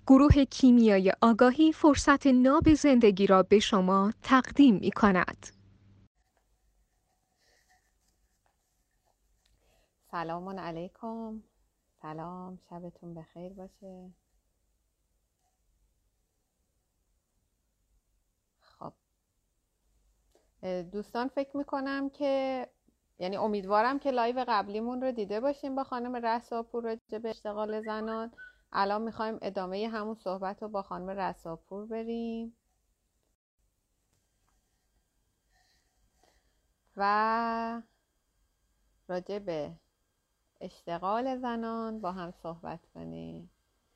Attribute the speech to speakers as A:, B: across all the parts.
A: گروه کیمیای آگاهی فرصت ناب زندگی را به شما تقدیم می کند.
B: سلام علیکم. سلام، شبتون بخیر باشه. خب دوستان، فکر میکنم که یعنی امیدوارم که لایو قبلیمون رو دیده باشیم با خانم رساپور راجع به اشتغال زنان. الان میخوایم ادامه همون صحبت رو با خانم رساپور بریم و راجع به اشتغال زنان با هم صحبت کنیم.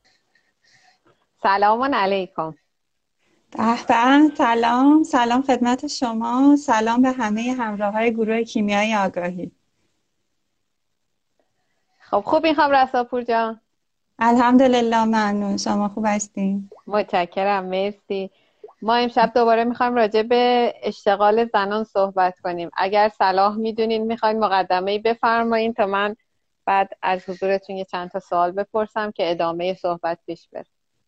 B: سلام علیکم.
C: به سلام خدمت شما، سلام به همه همراهای گروه کیمیای آگاهی.
B: خب خوبین خانم رساپور جان؟
C: الحمدلله، ممنون. شما خوب هستین؟
B: متشکرم، مرسی. ما امشب دوباره میخوایم راجع به اشتغال زنان صحبت کنیم. اگر صلاح میدونین میخواین مقدمه‌ای بفرمایین تا من بعد از حضورتون یه چند تا سوال بپرسم که ادامه صحبت پیش بره.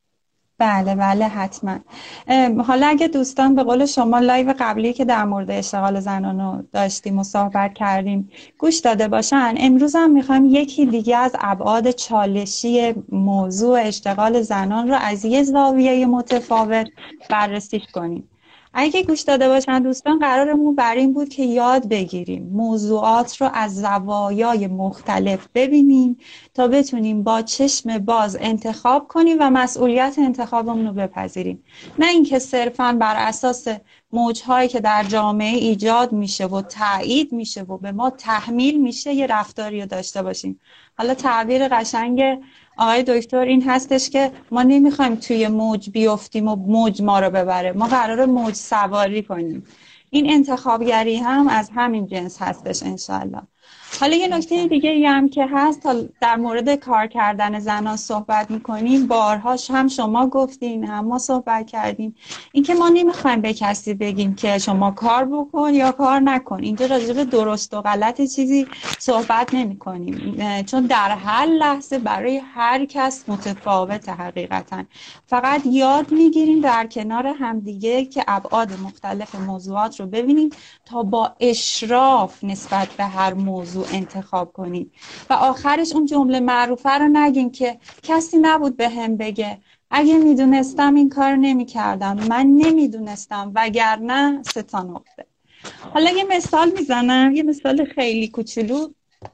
C: بله حتما. حالا اگه دوستان به قول شما لایو قبلی که در مورد اشتغال زنان رو داشتیم و صحبت کردیم گوش داده باشن، امروز هم میخوایم یکی دیگه از ابعاد چالشی موضوع اشتغال زنان رو از یه زاویه متفاوت بررسیش کنیم. اگه گوش داده باشن دوستان، قرارمون بر این بود که یاد بگیریم موضوعات رو از زوایای مختلف ببینیم تا بتونیم با چشم باز انتخاب کنیم و مسئولیت انتخابمون رو بپذیریم، نه اینکه صرفاً بر اساس موجهایی که در جامعه ایجاد میشه و تایید میشه و به ما تحمیل میشه یه رفتاری رو داشته باشیم. حالا تعبیر قشنگ آقای دکتر این هستش که ما نمیخوایم توی موج بیفتیم و موج ما رو ببره، ما قراره موج سواری کنیم. این انتخابگری هم از همین جنس هستش انشالله. حالا یه نکته دیگه هم که هست، تا در مورد کار کردن زنان صحبت میکنیم، بارهاش هم شما گفتین هم ما صحبت کردیم، اینکه ما نمیخوایم به کسی بگیم که شما کار بکن یا کار نکن. اینجا راجع به درست و غلط چیزی صحبت نمی کنیم، چون در هر لحظه برای هر کس متفاوته حقیقتا. فقط یاد میگیریم در کنار همدیگه که ابعاد مختلف موضوعات رو ببینیم تا با اشراف نسبت به هر موضوع انتخاب کنیم و آخرش اون جمله معروفه رو نگیم که کسی نبود به هم بگه، اگه میدونستم این کار نمی کردم، من نمیدونستم وگرنه 3 تا نقطه. حالا یه مثال میزنم، یه مثال خیلی کوچولو.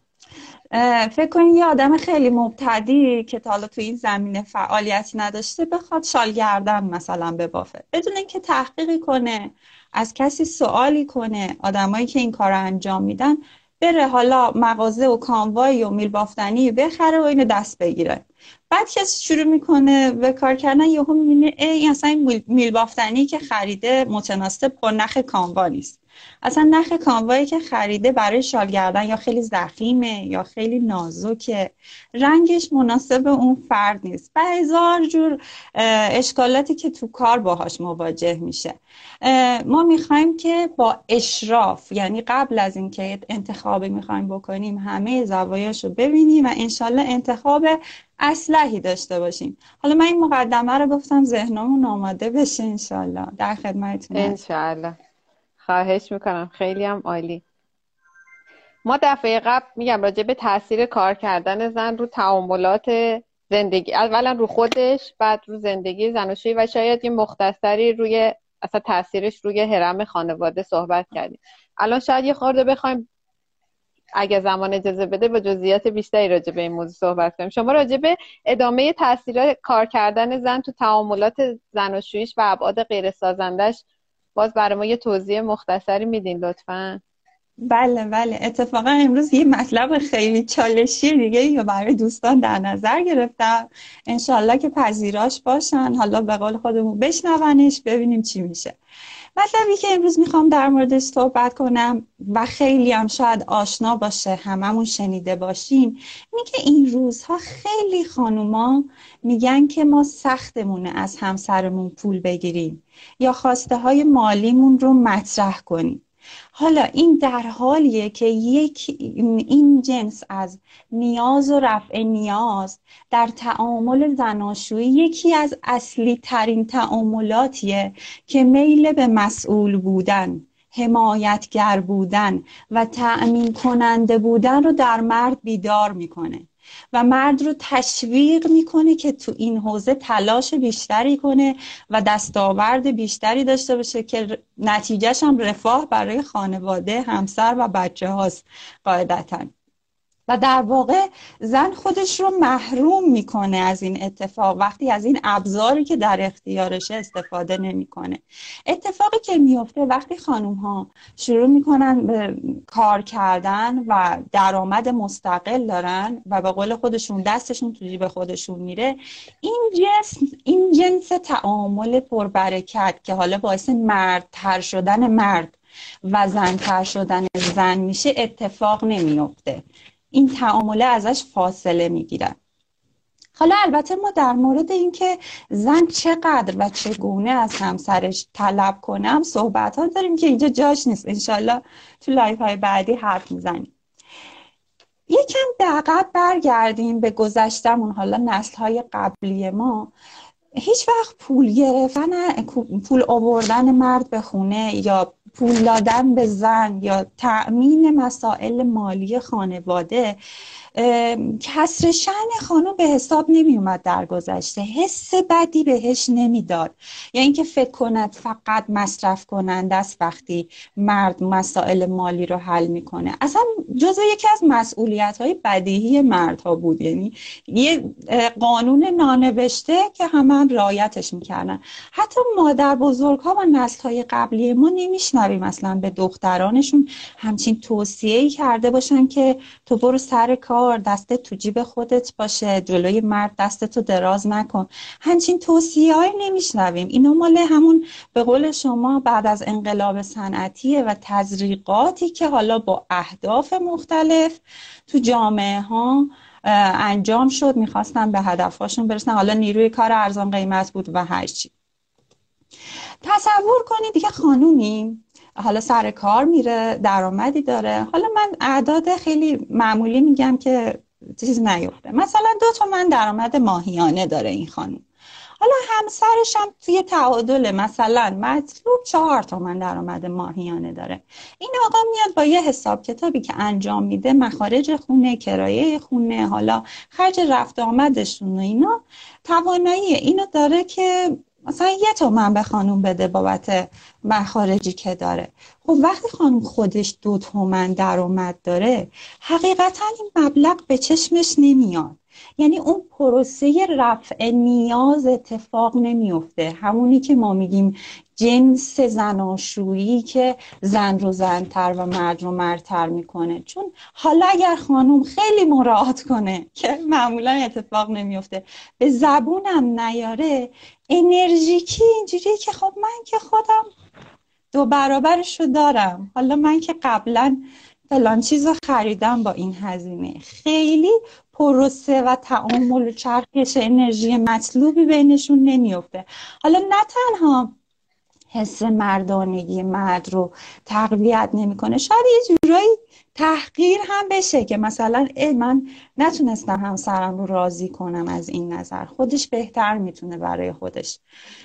C: فکر کنید یه آدم خیلی مبتدی که تا حالا تو این زمینه فعالیتی نداشته بخواد شال گردن مثلا ببافه، بدون اینکه تحقیقی کنه، از کسی سوالی کنه، آدمایی که این کار رو انجام میدن بره حالا مغازه و کانوایی و میل بافتنی بخره و اینو دست بگیره. بعد کسی شروع میکنه به کار کردن، یهو میبینه این اصلا این میل بافتنی که خریده متناسب با نرخ کانوا نیست، اصلا نرخ کانوایی که خریده برای شال گردن یا خیلی ضخیمه یا خیلی نازکه، رنگش مناسب اون فرد نیست و هزار جور اشکالاتی که تو کار باهاش مواجه میشه. ما میخوایم که با اشراف، یعنی قبل از اینکه انتخابی میخوایم بکنیم همه زوایاش رو ببینیم و انشالله انتخاب اصلحی داشته باشیم. حالا من این مقدمه رو گفتم ذهنمون آماده بشه، انشالله در خدمتتون هستم.
B: انشاءالله. خواهش میکنم، خیلی هم عالی. ما دفعه قبل میگم راجع به تاثیر کار کردن زن رو تعاملات زندگی، اولا رو خودش، بعد رو زندگی زناشویی و شاید یه مختصری روی اصلا تاثیرش روی هرم خانواده صحبت کردیم. الان شاید یه خورده بخوایم اگه زمان اجازه بده با جزئیات بیشتری راجع به این موضوع صحبت کنیم. شما راجع به ادامه تاثیر کار کردن زن تو تعاملات زناشوییش و ابعاد غیر سازندش باز برای ما یه توضیح مختصری میدین لطفاً؟
C: بله اتفاقا امروز یه مطلب خیلی چالشی دیگه یا برای دوستان در نظر گرفتم، انشالله که پذیراش باشن، حالا به قول خودمون بشنونش ببینیم چی میشه. مطلبی که امروز میخوام در موردش صحبت کنم و خیلی هم شاید آشنا باشه، هممون شنیده باشیم، اینه که این روزها خیلی خانوما میگن که ما سختمونه از همسرمون پول بگیریم یا خواسته های مالیمون رو مطرح کنیم. حالا این در حالیه که این جنس از نیاز و رفع نیاز در تعامل زناشویی یکی از اصلی ترین تعاملاتیه که میل به مسئول بودن، حمایتگر بودن و تأمین کننده بودن رو در مرد بیدار میکنه و مرد رو تشویق میکنه که تو این حوزه تلاش بیشتری کنه و دستاورد بیشتری داشته باشه که نتیجهش هم رفاه برای خانواده، همسر و بچه هاست قاعدتاً. و در واقع زن خودش رو محروم میکنه از این اتفاق وقتی از این ابزاری که در اختیارشه استفاده نمیکنه. اتفاقی که میفته وقتی خانوم ها شروع میکنن به کار کردن و درآمد مستقل دارن و به قول خودشون دستشون تو جیب خودشون میره، این جنس تعامل پربرکت که حالا باعث مردتر شدن مرد و زنتر شدن زن میشه اتفاق نمیفته. این تعامله ازش فاصله میگیرن. حالا البته ما در مورد اینکه زن چقدر و چگونه از همسرش طلب کنه هم صحبت ها داریم که اینجا جاش نیست. انشالله تو لایف های بعدی حرف میزنیم. یکم به عقب برگردیم به گذشتمون، حالا نسل های قبلی ما هیچ وقت پول گرفتن، پول آوردن مرد به خونه یا پول دادن به زن یا تأمین مسائل مالی خانواده کسر شأن خانم به حساب نمی اومد در گذشته. حس بدی بهش نمیداد، یا اینکه فکر کند فقط مصرف کننده است وقتی مرد مسائل مالی رو حل میکنه. اصلا جزو یکی از مسئولیت‌های بدیهی مردها بود، یعنی یه قانون نانوشته که همه رعایتش میکردن. حتی مادر بزرگ‌ها و نسل‌های قبلی ما نمیشنویم مثلا به دخترانشون همچین توصیه‌ای کرده باشن که تو برو سر کار، دستت تو جیب خودت باشه، جلوی مرد دستتو دراز نکن. همچین توصیه‌ای نمیشنویم. اینا مال همون به قول شما بعد از انقلاب صنعتیه و تزریقاتی که حالا با اهداف مختلف تو جامعه ها انجام شد، میخواستن به هدفهاشون برسن. حالا نیروی کار ارزان قیمت بود و هر چی. تصور کنید دیگه خانومی حالا سر کار میره، درآمدی داره. حالا من اعداد خیلی معمولی میگم که چیز نیفته. مثلا 2 تومن درآمد ماهیانه داره این خانوم. حالا همسرش هم توی تعادل مثلا مطلوب 4 تومن درآمد ماهیانه داره. این آقا میاد با یه حساب کتابی که انجام میده، مخارج خونه، کرایه خونه، حالا خرج رفت آمدشون و اینا، توانایی اینو داره که مثلا 1 تومن به خانوم بده بابت مخارجی که داره. خب وقتی خانوم خودش 2 تومن درآمد داره، حقیقتا این مبلغ به چشمش نمیاد. یعنی اون پروسه رفع نیاز اتفاق نمیفته. همونی که ما میگیم جنس زناشویی که زن رو زنتر و مرد رو مردتر میکنه. چون حالا اگر خانوم خیلی مراعات کنه که معمولا اتفاق نمیفته، به زبونم نیاره، انرژیکی اینجوری که خب من که خودم 2 برابرش رو دارم، حالا من که قبلا فلان چیز رو خریدم با این هزینه، خیلی پروسه و تعامل و چرخش انرژی مطلوبی بینشون نمیفته. حالا نه تنها حس مردانگی مرد رو تقویت نمیکنه، شاید یه جورایی تحقیر هم بشه که مثلا من نتونستم همسرم رو راضی کنم از این نظر، خودش بهتر میتونه برای خودش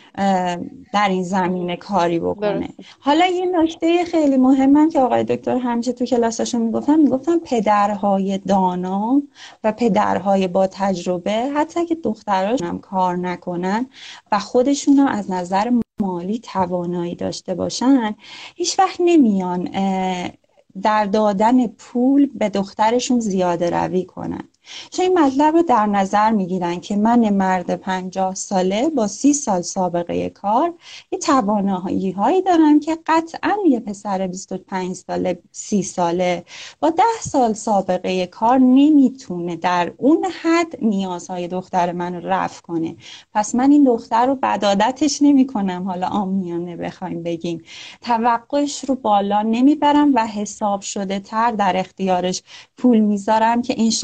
C: در این زمینه کاری بکنه. حالا یه نکته خیلی مهمه که آقای دکتر همیشه تو کلاساشون میگفتن پدرهای دانا و پدرهای با تجربه، حتی که دختراشون هم کار نکنن و خودشون هم از نظر مالی توانایی داشته باشن، هیچ وقت نمیان در دادن پول به دخترشون زیاده روی کنن. چون این مطلب رو در نظر میگیرن که من مرد 50 ساله با 30 سال سابقه کار یه توانایی هایی دارم که قطعا یه پسر 25 ساله 30 ساله با 10 سال سابقه کار نمیتونه در اون حد نیازهای دختر من رو رفع کنه. پس من این دختر رو بدعادتش نمی کنم، حالا عامیانه بخوایم بگیم، توقعش رو بالا نمیبرم و حساب شده تر در اختیارش پول میذارم که انشاءالله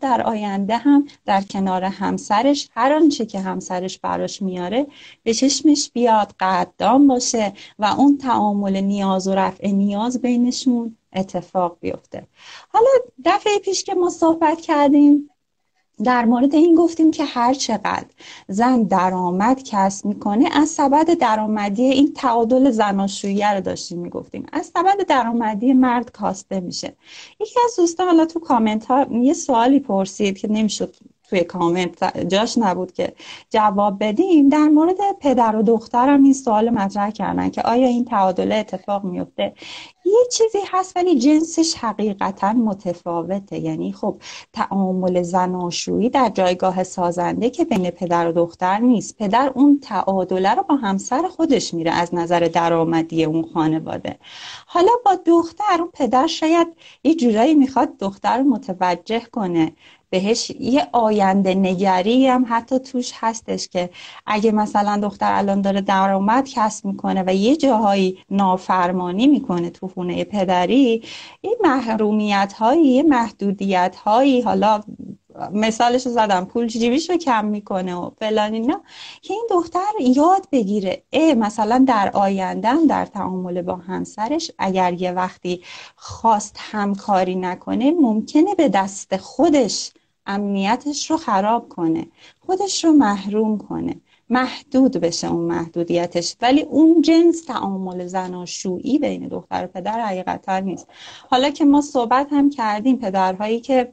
C: در آینده هم در کنار همسرش هر آنچه که همسرش براش میاره به چشمش بیاد، قدردان باشه و اون تعامل نیاز و رفع نیاز بینشون اتفاق بیفته. حالا دفعه پیش که ما صحبت کردیم در مورد این گفتیم که هر چقدر زن درآمد کسب میکنه، از سبد درآمدی این تعادل زناشویی رو داشتیم میگفتیم، از سبد درآمدی مرد کاسته میشه. یکی از دوستان حالا تو کامنت ها یه سوالی پرسید که نمیشد توی کامنت، جاش نبود که جواب بدیم، در مورد پدر و دخترم این سوال مطرح کردن که آیا این تعادل اتفاق میفته. یه چیزی هست ولی جنسش حقیقتا متفاوته. یعنی خب تعامل زناشویی در جایگاه سازنده که بین پدر و دختر نیست. پدر اون تعادله رو با همسر خودش میره از نظر درآمدی اون خانواده. حالا با دختر اون پدر شاید یه جورایی میخواد دختر رو متوجه کنه، بهش یه آینده نگری هم حتی توش هستش که اگه مثلا دختر الان داره درآمد کسب میکنه و یه جاهایی نافرمانی میکنه تو خونه پدری، این محرومیت هایی، یه محدودیت هایی، حالا مثالش رو زدم، پول جیبیشو کم میکنه و فلان اینا، که این دختر یاد بگیره مثلا در آینده هم در تعامل با همسرش اگر یه وقتی خواست همکاری نکنه ممکنه به دست خودش امنیتش رو خراب کنه، خودش رو محروم کنه، محدود بشه اون محدودیتش. ولی اون جنس تعامل زناشویی بین دختر و پدر حقیقتا نیست. حالا که ما صحبت هم کردیم پدرهایی که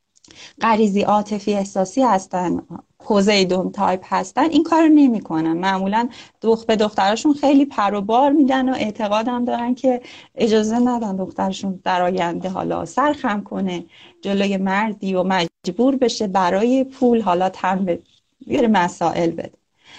C: غریزی عاطفی احساسی هستن، پوزیدون تایپ هستن، این کارو نمیکنن. معمولا به دخترشون خیلی پر و بار میدن و اعتقاد هم دارن که اجازه ندن دخترشون در آینده حالا سرخم کنه جلوی مردی و مجبور بشه برای پول حالا تن به مسائل بده.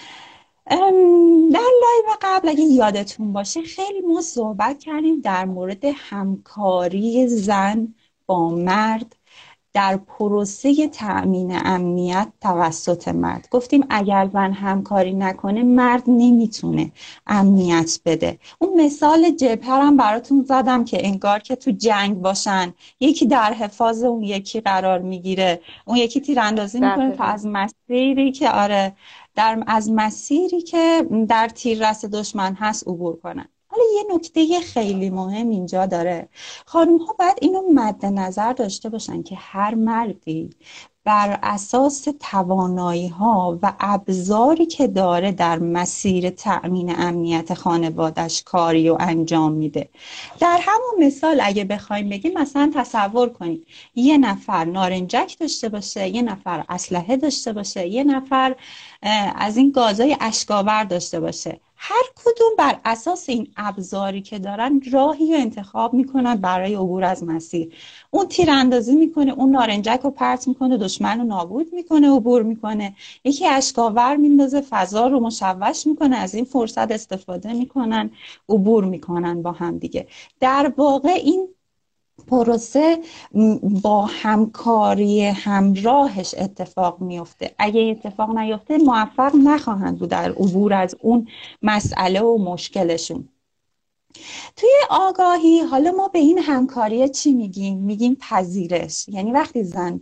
C: در لایو قبل اگه یادتون باشه خیلی ما صحبت کردیم در مورد همکاری زن با مرد در پروسه تأمین امنیت توسط مرد. گفتیم اگر زن همکاری نکنه مرد نمیتونه امنیت بده. اون مثال جبهه هم براتون زدم که انگار که تو جنگ باشن، یکی در حفاظ اون یکی قرار میگیره، اون یکی تیراندازی میکنه تا از مسیری که از مسیری که در تیررس دشمن هست عبور کنن. حالا یه نکته خیلی مهم اینجا داره، خانم ها باید اینو مد نظر داشته باشن که هر مردی بر اساس توانایی ها و ابزاری که داره در مسیر تأمین امنیت خانوادش کاری و انجام میده. در همون مثال اگه بخوایم بگیم، مثلا تصور کنید یه نفر نارنجک داشته باشه، یه نفر اسلحه داشته باشه، یه نفر از این گازهای اشک‌آور داشته باشه. هر کدوم بر اساس این ابزاری که دارن راهی رو انتخاب میکنن برای عبور از مسیر. اون تیراندازی میکنه، اون نارنجک رو پرت میکنه، دشمن رو نابود میکنه، عبور میکنه. یکی اشک‌آور میندازه، فضا رو مشوش میکنه، از این فرصت استفاده میکنن، عبور میکنن با هم دیگه. در واقع این پروسه با همکاری همراهش اتفاق میفته. اگه اتفاق نیفته موفق نخواهند بود در عبور از اون مسئله و مشکلشون. توی آگاهی حالا ما به این همکاری چی میگیم؟ میگیم پذیرش. یعنی وقتی زن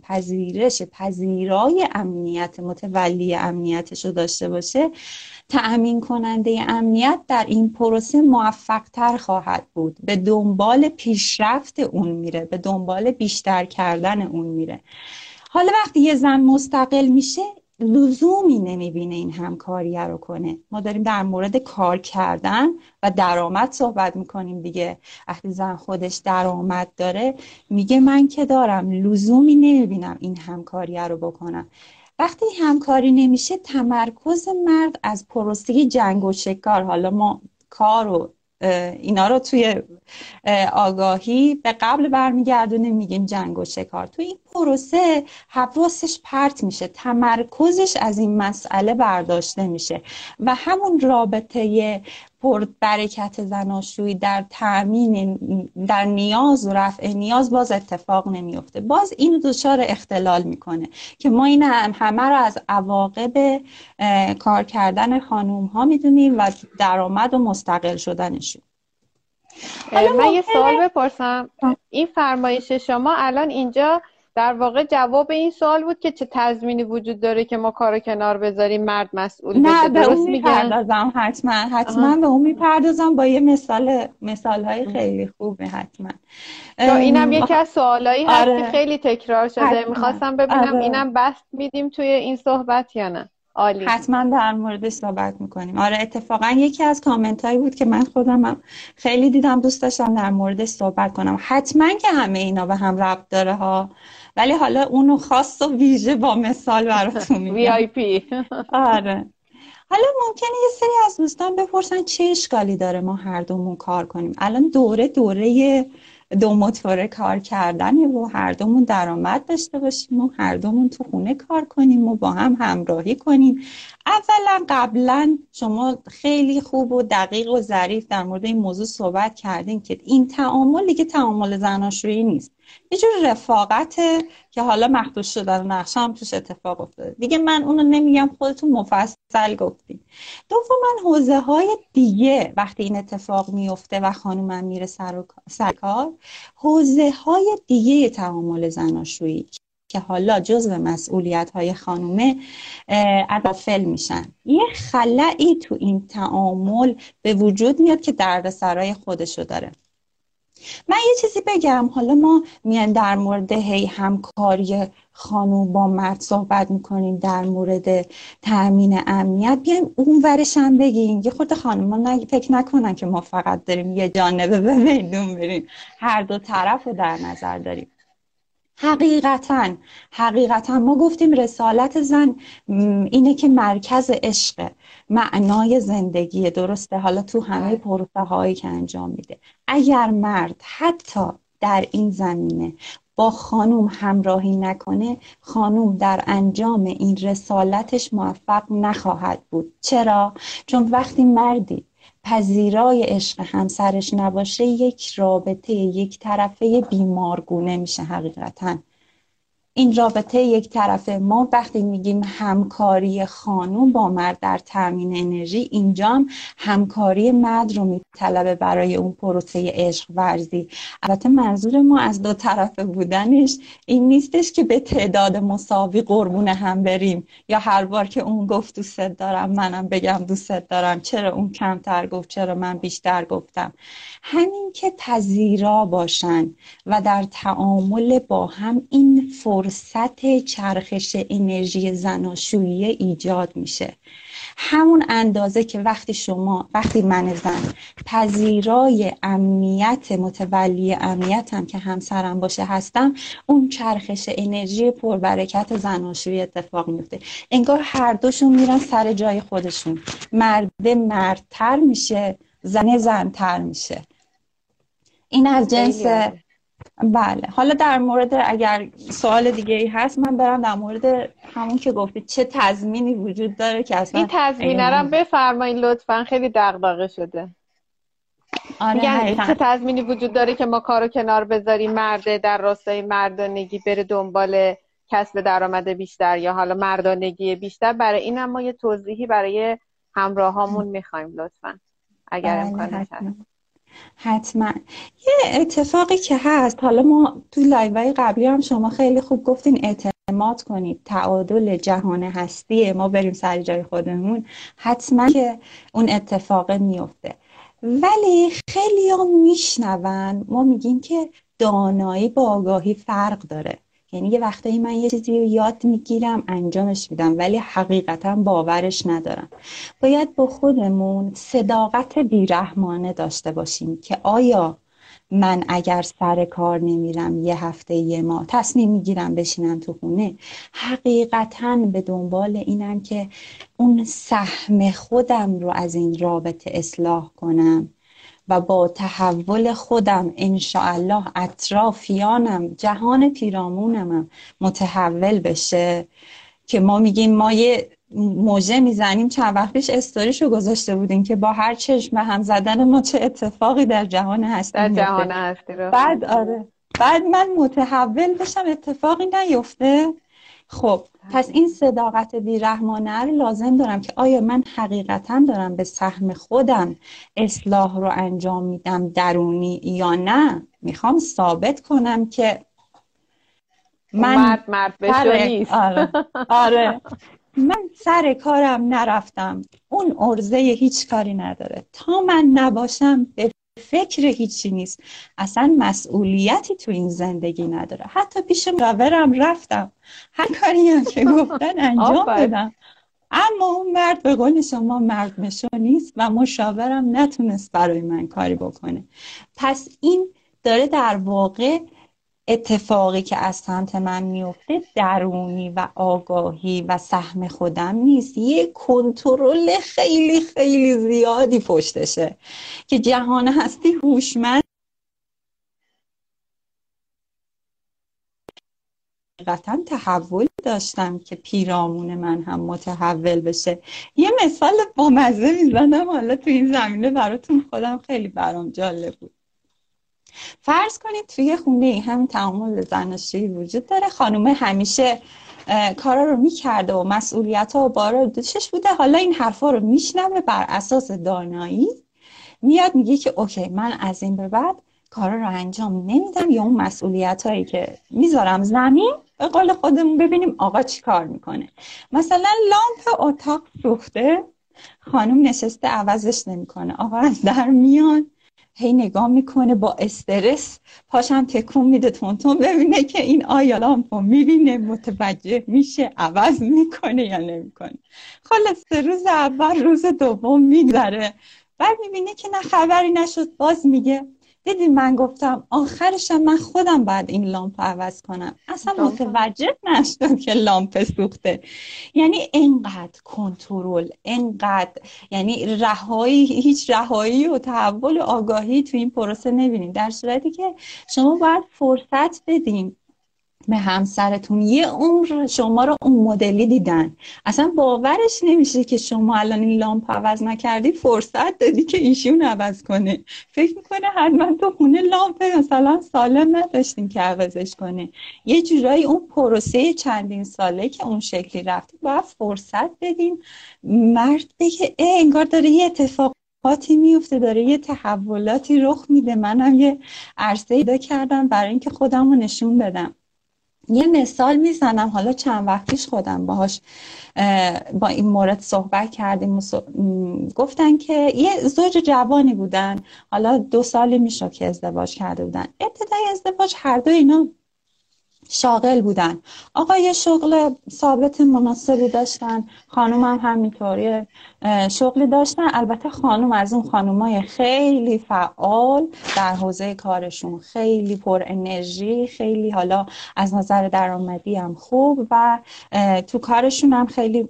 C: پذیرای امنیت، متولی امنیتش رو داشته باشه، تأمین کننده امنیت در این پروسه موفق تر خواهد بود، به دنبال پیشرفت اون میره، به دنبال بیشتر کردن اون میره. حالا وقتی یه زن مستقل میشه لزومی نمیبینه این همکاریه رو کنه. ما داریم در مورد کار کردن و درآمد صحبت میکنیم دیگه. وقتی زن خودش درآمد داره میگه من که دارم لزومی نمیبینم این همکاریه رو بکنم. وقتی همکاری نمیشه تمرکز مرد از پروسه جنگ و شکار، حالا ما کار و اینا رو توی آگاهی به قبل برمیگردونه، میگیم جنگ و شکار. توی این پروسه حواسش پرت میشه، تمرکزش از این مسئله برداشته میشه و همون رابطه پر برکت زناشویی در تأمین در نیاز و رفع نیاز باز اتفاق نمیفته. باز اینو دچار اختلال میکنه که ما این همه رو از عواقب کار کردن خانوم ها میدونیم و درآمد و مستقل شدنشون.
B: من یه سوال بپرسم، این فرمایش شما الان اینجا در واقع جواب این سوال بود که چه تضمینی وجود داره که ما کارو کنار بذاریم مرد مسئول
C: نه
B: بشه.
C: به اون
B: درست میگن؟
C: میپردازم، حتما
B: آها.
C: به اون میپردازم با یه مثالهای خیلی خوبه حتما.
B: چون اینم
C: ام،
B: یکی از سوالایی هست که
C: آره
B: خیلی تکرار شده،
C: حتما.
B: میخواستم ببینم
C: آره
B: اینم بست میدیم توی این صحبت یا نه. عالی.
C: حتما در موردش صحبت میکنیم. آره اتفاقا یکی از کامنت هایی بود که من خودم هم خیلی دیدم، دوست داشتم در موردش صحبت کنم. حتما که همه اینا به هم ربط داره ها، ولی حالا اونو خاص و ویژه با مثال براتون میگم.
B: VIP.
C: آره حالا ممکنه یه سری از دوستان بپرسن چه اشکالی داره ما هر دومون کار کنیم. الان دوره دو موتوره کار کردنه و هر دومون درآمد داشته باشیم و هر دومون تو خونه کار کنیم و با هم همراهی کنیم. اولا قبلا شما خیلی خوب و دقیق و ظریف در مورد این موضوع صحبت کردین که این تعامل دیگه تعامل زناشویی نیست، یه جور رفاقته که حالا مخدوش شدن و نقشه هم توش اتفاق افتاده دیگه. من اونو نمیگم، خودتون مفصل گفتین. دوما حوزه های دیگه وقتی این اتفاق میفته و خانومم میره سر کار، حوزه های دیگه تعامل زناشویی که حالا جزو مسئولیت های خانومه ادافل میشن، یه خلایی تو این تعامل به وجود میاد که دردسرای خودشو داره. من یه چیزی بگم، حالا ما میان در مورد همکاری خانوم با مرد صحبت میکنیم در مورد تأمین امنیت، بیایم اون ورش هم بگیم. یه خورده خانوما فکر نکنن که ما فقط داریم یه جانبه به میدون بریم، هر دو طرف رو در نظر داریم. حقیقتا ما گفتیم رسالت زن اینه که مرکز عشق، معنای زندگی، درسته؟ حالا تو همه پروسه هایی که انجام میده، اگر مرد حتی در این زمینه با خانوم همراهی نکنه، خانوم در انجام این رسالتش موفق نخواهد بود. چرا؟ چون وقتی مردی پذیرای عشق همسرش نباشه، یک رابطه یک طرفه بیمارگونه میشه. حقیقتا این رابطه یک طرفه، ما وقتی میگیم همکاری خانوم با مرد در تامین انرژی، اینجا هم همکاری مرد رو میطلبه برای اون پروسه عشق ورزی. البته منظور ما از دو طرفه بودنش این نیستش که به تعداد مساوی قربون هم بریم، یا هر بار که اون گفت دوست دارم منم بگم دوست دارم، چرا اون کمتر گفت چرا من بیشتر گفتم. همین که پذیرا باشن و در تعامل با هم این فرصت چرخش انرژی زناشویی ایجاد میشه. همون اندازه که وقتی من زن پذیرای امنیت، متولی امنیتم که همسرم باشه هستم، اون چرخش انرژی پربرکت زناشویی اتفاق میفته. انگار هر دوشون میرن سر جای خودشون، مرد مردتر میشه، زن زنتر میشه. این از جنس. بله حالا در مورد اگر سوال دیگه ای هست من برم در مورد همون که گفتید چه تضمینی وجود داره که اصلا
B: این تضمینه رو بفرمایید لطفا، خیلی دغدغه شده. میگن چه تضمینی وجود داره که ما کارو کنار بذاریم، مرده در راستای مردانگی بره دنبال کسب درآمد بیشتر یا حالا مردانگی بیشتر. برای اینم ما یه توضیحی برای همراهامون میخوایم لطفا اگر امکانش هست.
C: حتما. یه اتفاقی که هست، حالا ما تو لایوهای قبلی هم شما خیلی خوب گفتین اعتماد کنید، تعادل جهان هستی ما بریم سر جای خودمون، حتما که اون اتفاق میفته. ولی خیلی ها میشنون ما میگیم که دانایی با آگاهی فرق داره. یعنی یه وقتایی من یه چیزی رو یاد میگیرم انجامش میدم ولی حقیقتا باورش ندارم. باید با خودمون صداقت بیرحمانه داشته باشیم که آیا من اگر سر کار نمیرم یه هفته یه ماه تصمیم میگیرم بشینم تو خونه، حقیقتا به دنبال اینم که اون سهم خودم رو از این رابطه اصلاح کنم و با تحول خودم انشاءالله اطرافیانم، جهان پیرامونم متحول بشه. که ما میگیم، ما یه موجه میزنیم، چند وقت پیش استوریشو گذاشته بودیم که با هر چشم هم زدن ما چه اتفاقی در جهان هستی
B: میفته.
C: بعد من متحول بشم اتفاقی نیفته. خب پس این صداقت بیرحمانه رو لازم دارم که آیا من حقیقتا دارم به سهم خودم اصلاح رو انجام میدم درونی یا نه. میخوام ثابت کنم که
B: اون
C: من
B: مرد بشو نیست.
C: آره من سر کارم نرفتم، اون عرضه هیچ کاری نداره. تا من نباشم به فکر هیچی نیست، اصلا مسئولیتی تو این زندگی نداره. حتی پیش مشاورم رفتم، هر کاری هم که گفتن انجام دادم، اما اون مرد به قول شما مرد میشو نیست و مشاورم نتونست برای من کاری بکنه. پس این داره در واقع اتفاقی که از سمت من میفته درونی و آگاهی و سهم خودم نیست، یه کنترل خیلی خیلی زیادی پشتشه که جهان هستی هوشمند قطعا تحول داشتم که پیرامون من هم متحول بشه. یه مثال بامزه میزنم حالا تو این زمینه براتون، خودم خیلی برام جالب بود. فرض کنید توی خونه هم تعامل زناشویی وجود داره، خانومه همیشه کارا رو میکرده و مسئولیت ها و بارا دوشش بوده، حالا این حرفا رو میشنوه، بر اساس دانایی میاد میگه که اوکی من از این به بعد کارا رو انجام نمیدم، یا اون مسئولیت هایی که میذارم زمین. به قول خودمون ببینیم آقا چی کار میکنه. مثلا لامپ اتاق سوخته، خانم نشسته عوضش نمیکنه، آقا از در میان هی نگاه میکنه با استرس، پاشم تکون میده تونتون ببینه که این آیا لامپو میبینه، متوجه میشه، عوض میکنه یا نمیکنه. خلاص روز اول روز دوم میگذره، بعد میبینه که نه خبری نشد، باز میگه دیدین من گفتم، آخرشم من خودم بعد این لامپ عوض کنم، اصلا متوجه نشدم که لامپ سوخته. یعنی اینقدر کنترل، اینقدر یعنی رهایی، هیچ رهایی و تحول و آگاهی تو این پروسه نبینید، در صورتی که شما باید فرصت بدین به همسرتون. یه عمر شما رو اون مدلی دیدن، اصلا باورش نمیشه که شما الان این لامپ عوض نکردی، فرصت دادی که ایشون عوض کنه. فکر میکنه حتما تو خونه لامپ مثلا سالم نداشتین که عوضش کنه. یه جورایی اون پروسه چندین ساله که اون شکلی رفتی باید فرصت بدین مرد بگه انگار داره یه اتفاقاتی میفته، داره یه تحولاتی رخ میده، منم یه عرصه پیدا کردم برای اینکه خودم رو نشون بدم. یه مثال میزنم، حالا چند وقت پیش خودم باهاش با این مورد صحبت کردیم. گفتن که یه زوج جوانی بودن، حالا 2 سالی میشه که ازدواج کرده بودن. ابتدای ازدواج هر دو اینا شاغل بودن، آقا یه شغل ثابت مناسبی داشتن، خانوم هم همینطوری شغلی داشتن. البته خانوم از اون خانومای خیلی فعال در حوزه کارشون، خیلی پر انرژی، خیلی حالا از نظر درآمدی هم خوب و تو کارشون هم خیلی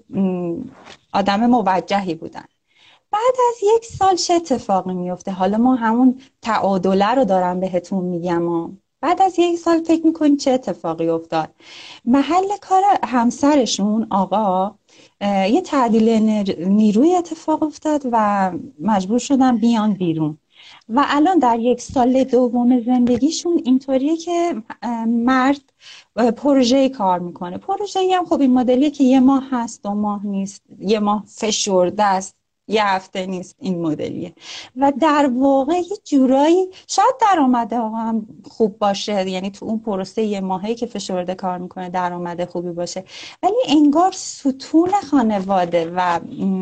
C: آدم موجهی بودن. بعد از 1 سال چه اتفاقی میفته؟ حالا ما همون تعادله رو دارم بهتون میگم. بعد از 1 سال فکر میکنید چه اتفاقی افتاد؟ محل کار همسرشون آقا یه تعدیل نیروی اتفاق افتاد و مجبور شدن بیان بیرون. و الان در 1 سال دوم زندگیشون اینطوریه که مرد پروژه کار میکنه. پروژه‌ای هم خب این مدلیه که 1 ماه هست، 2 ماه نیست، 1 ماه فشرده است، 1 هفته نیست، این مدلیه. و در واقع یه جورایی شاید درآمد آقا هم خوب باشه، یعنی تو اون پروسه 1 ماهی که فشرده کار میکنه درآمد خوبی باشه، ولی انگار ستون خانواده و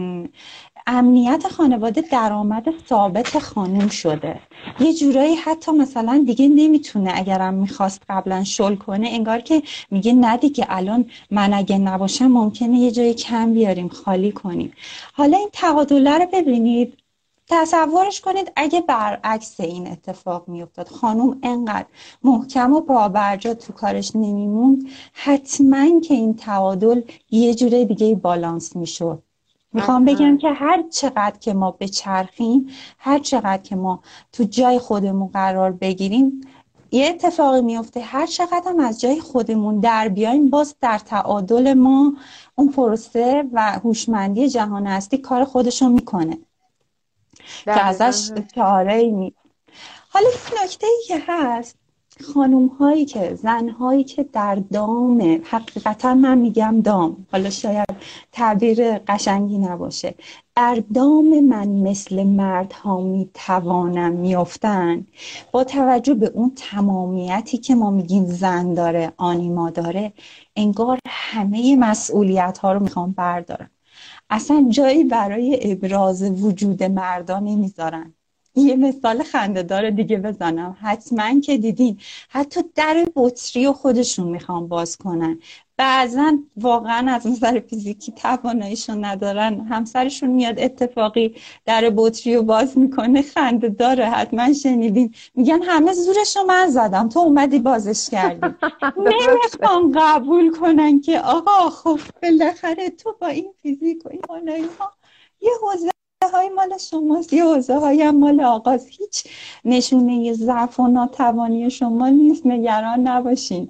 C: امنیت خانواده درآمد ثابت خانم شده. یه جورایی حتی مثلا دیگه نمیتونه، اگرم میخواست قبلا شل کنه، انگار که میگه نه دیگه الان من اگه نباشم ممکنه یه جای کم بیاریم، خالی کنیم. حالا این تعادله رو ببینید، تصورش کنید اگه برعکس این اتفاق میافتاد، خانم انقدر محکم و پابرجا تو کارش نمیموند، حتما که این تعادل یه جوره دیگه بالانس میشد. میخوام بگم که هر چقدر که ما بچرخیم، هر چقدر که ما تو جای خودمون قرار بگیریم، یه اتفاقی میفته. هر چقدر هم از جای خودمون در بیایم، باز در تعادل ما اون پروسه و هوشمندی جهان هستی کار خودشو میکنه که ازش چاره‌ای نیست. حالا نکته‌ای که هست، خانوم هایی که زن هایی که در دام، حقیقتا من میگم دام، حالا شاید تعبیر قشنگی نباشه، در دام من مثل مردها میتوانم میافتن، با توجه به اون تمامیتی که ما میگیم زن داره، آنیما داره، انگار همه مسئولیت ها رو میخوام بردارم، اصلا جایی برای ابراز وجود مردا نمیذارن. یه مثال خنده‌دار دیگه بزنم، حتما که دیدین حتی در بطری رو خودشون میخوان باز کنن، بعضا واقعا از نظر فیزیکی تواناییشون ندارن، همسرشون میاد اتفاقی در بطری رو باز میکنه، خنده داره، حتما شنیدین، میگن همه زورشو من زدم تو اومدی بازش کردی. نمیخوان قبول کنن که آقا خب بالاخره تو با این فیزیک و این بالایی ها یه حوزه های مال شماست، یه حوزه های هم مال آقاست، هیچ نشونه ضعف و ناتوانی شما نیست، نگران نباشین.